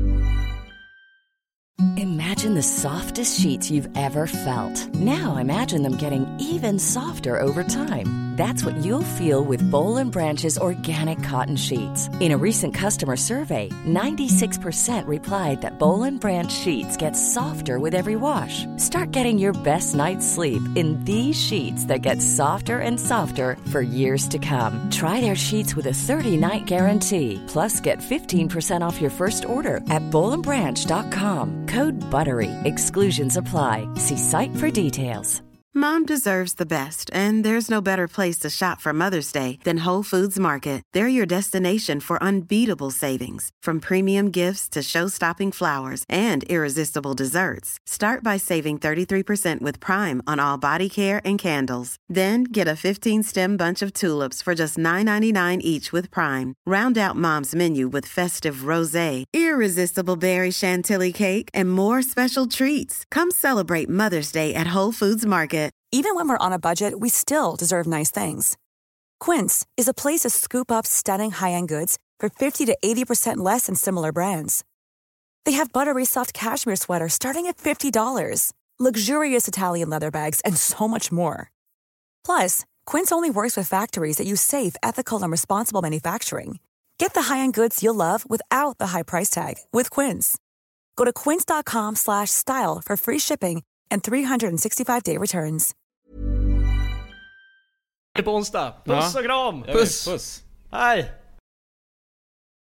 Speaker 16: Imagine the softest sheets you've ever felt. Now imagine them getting even softer over time. That's what you'll feel with Bowl and Branch's organic cotton sheets. In a recent customer survey, ninety-six percent replied that Bowl and Branch sheets get softer with every wash. Start getting your best night's sleep in these sheets that get softer and softer for years to come. Try their sheets with a thirty-night guarantee. Plus, get fifteen percent off your first order at bowl and branch dot com. Code BUTTERY. Exclusions apply. See site for details.
Speaker 1: Mom deserves the best, and there's no better place to shop for Mother's Day than Whole Foods Market. They're your destination for unbeatable savings, from premium gifts to show-stopping flowers and irresistible desserts. Start by saving thirty-three percent with Prime on all body care and candles. Then get a fifteen-stem bunch of tulips for just nine ninety-nine each with Prime. Round out Mom's menu with festive rosé, irresistible berry chantilly cake, and more special treats. Come celebrate Mother's Day at Whole Foods Market.
Speaker 17: Even when we're on a budget, we still deserve nice things. Quince is a place to scoop up stunning high-end goods for fifty to eighty percent less than similar brands. They have buttery soft cashmere sweaters starting at fifty dollars, luxurious Italian leather bags, and so much more. Plus, Quince only works with factories that use safe, ethical, and responsible manufacturing. Get the high-end goods you'll love without the high price tag with Quince. Go to quince dot com slash style for free shipping and three sixty-five day returns.
Speaker 8: På onsdag. Puss
Speaker 3: Ja.
Speaker 8: och kram.
Speaker 3: Puss.
Speaker 15: Puss.
Speaker 8: Hej.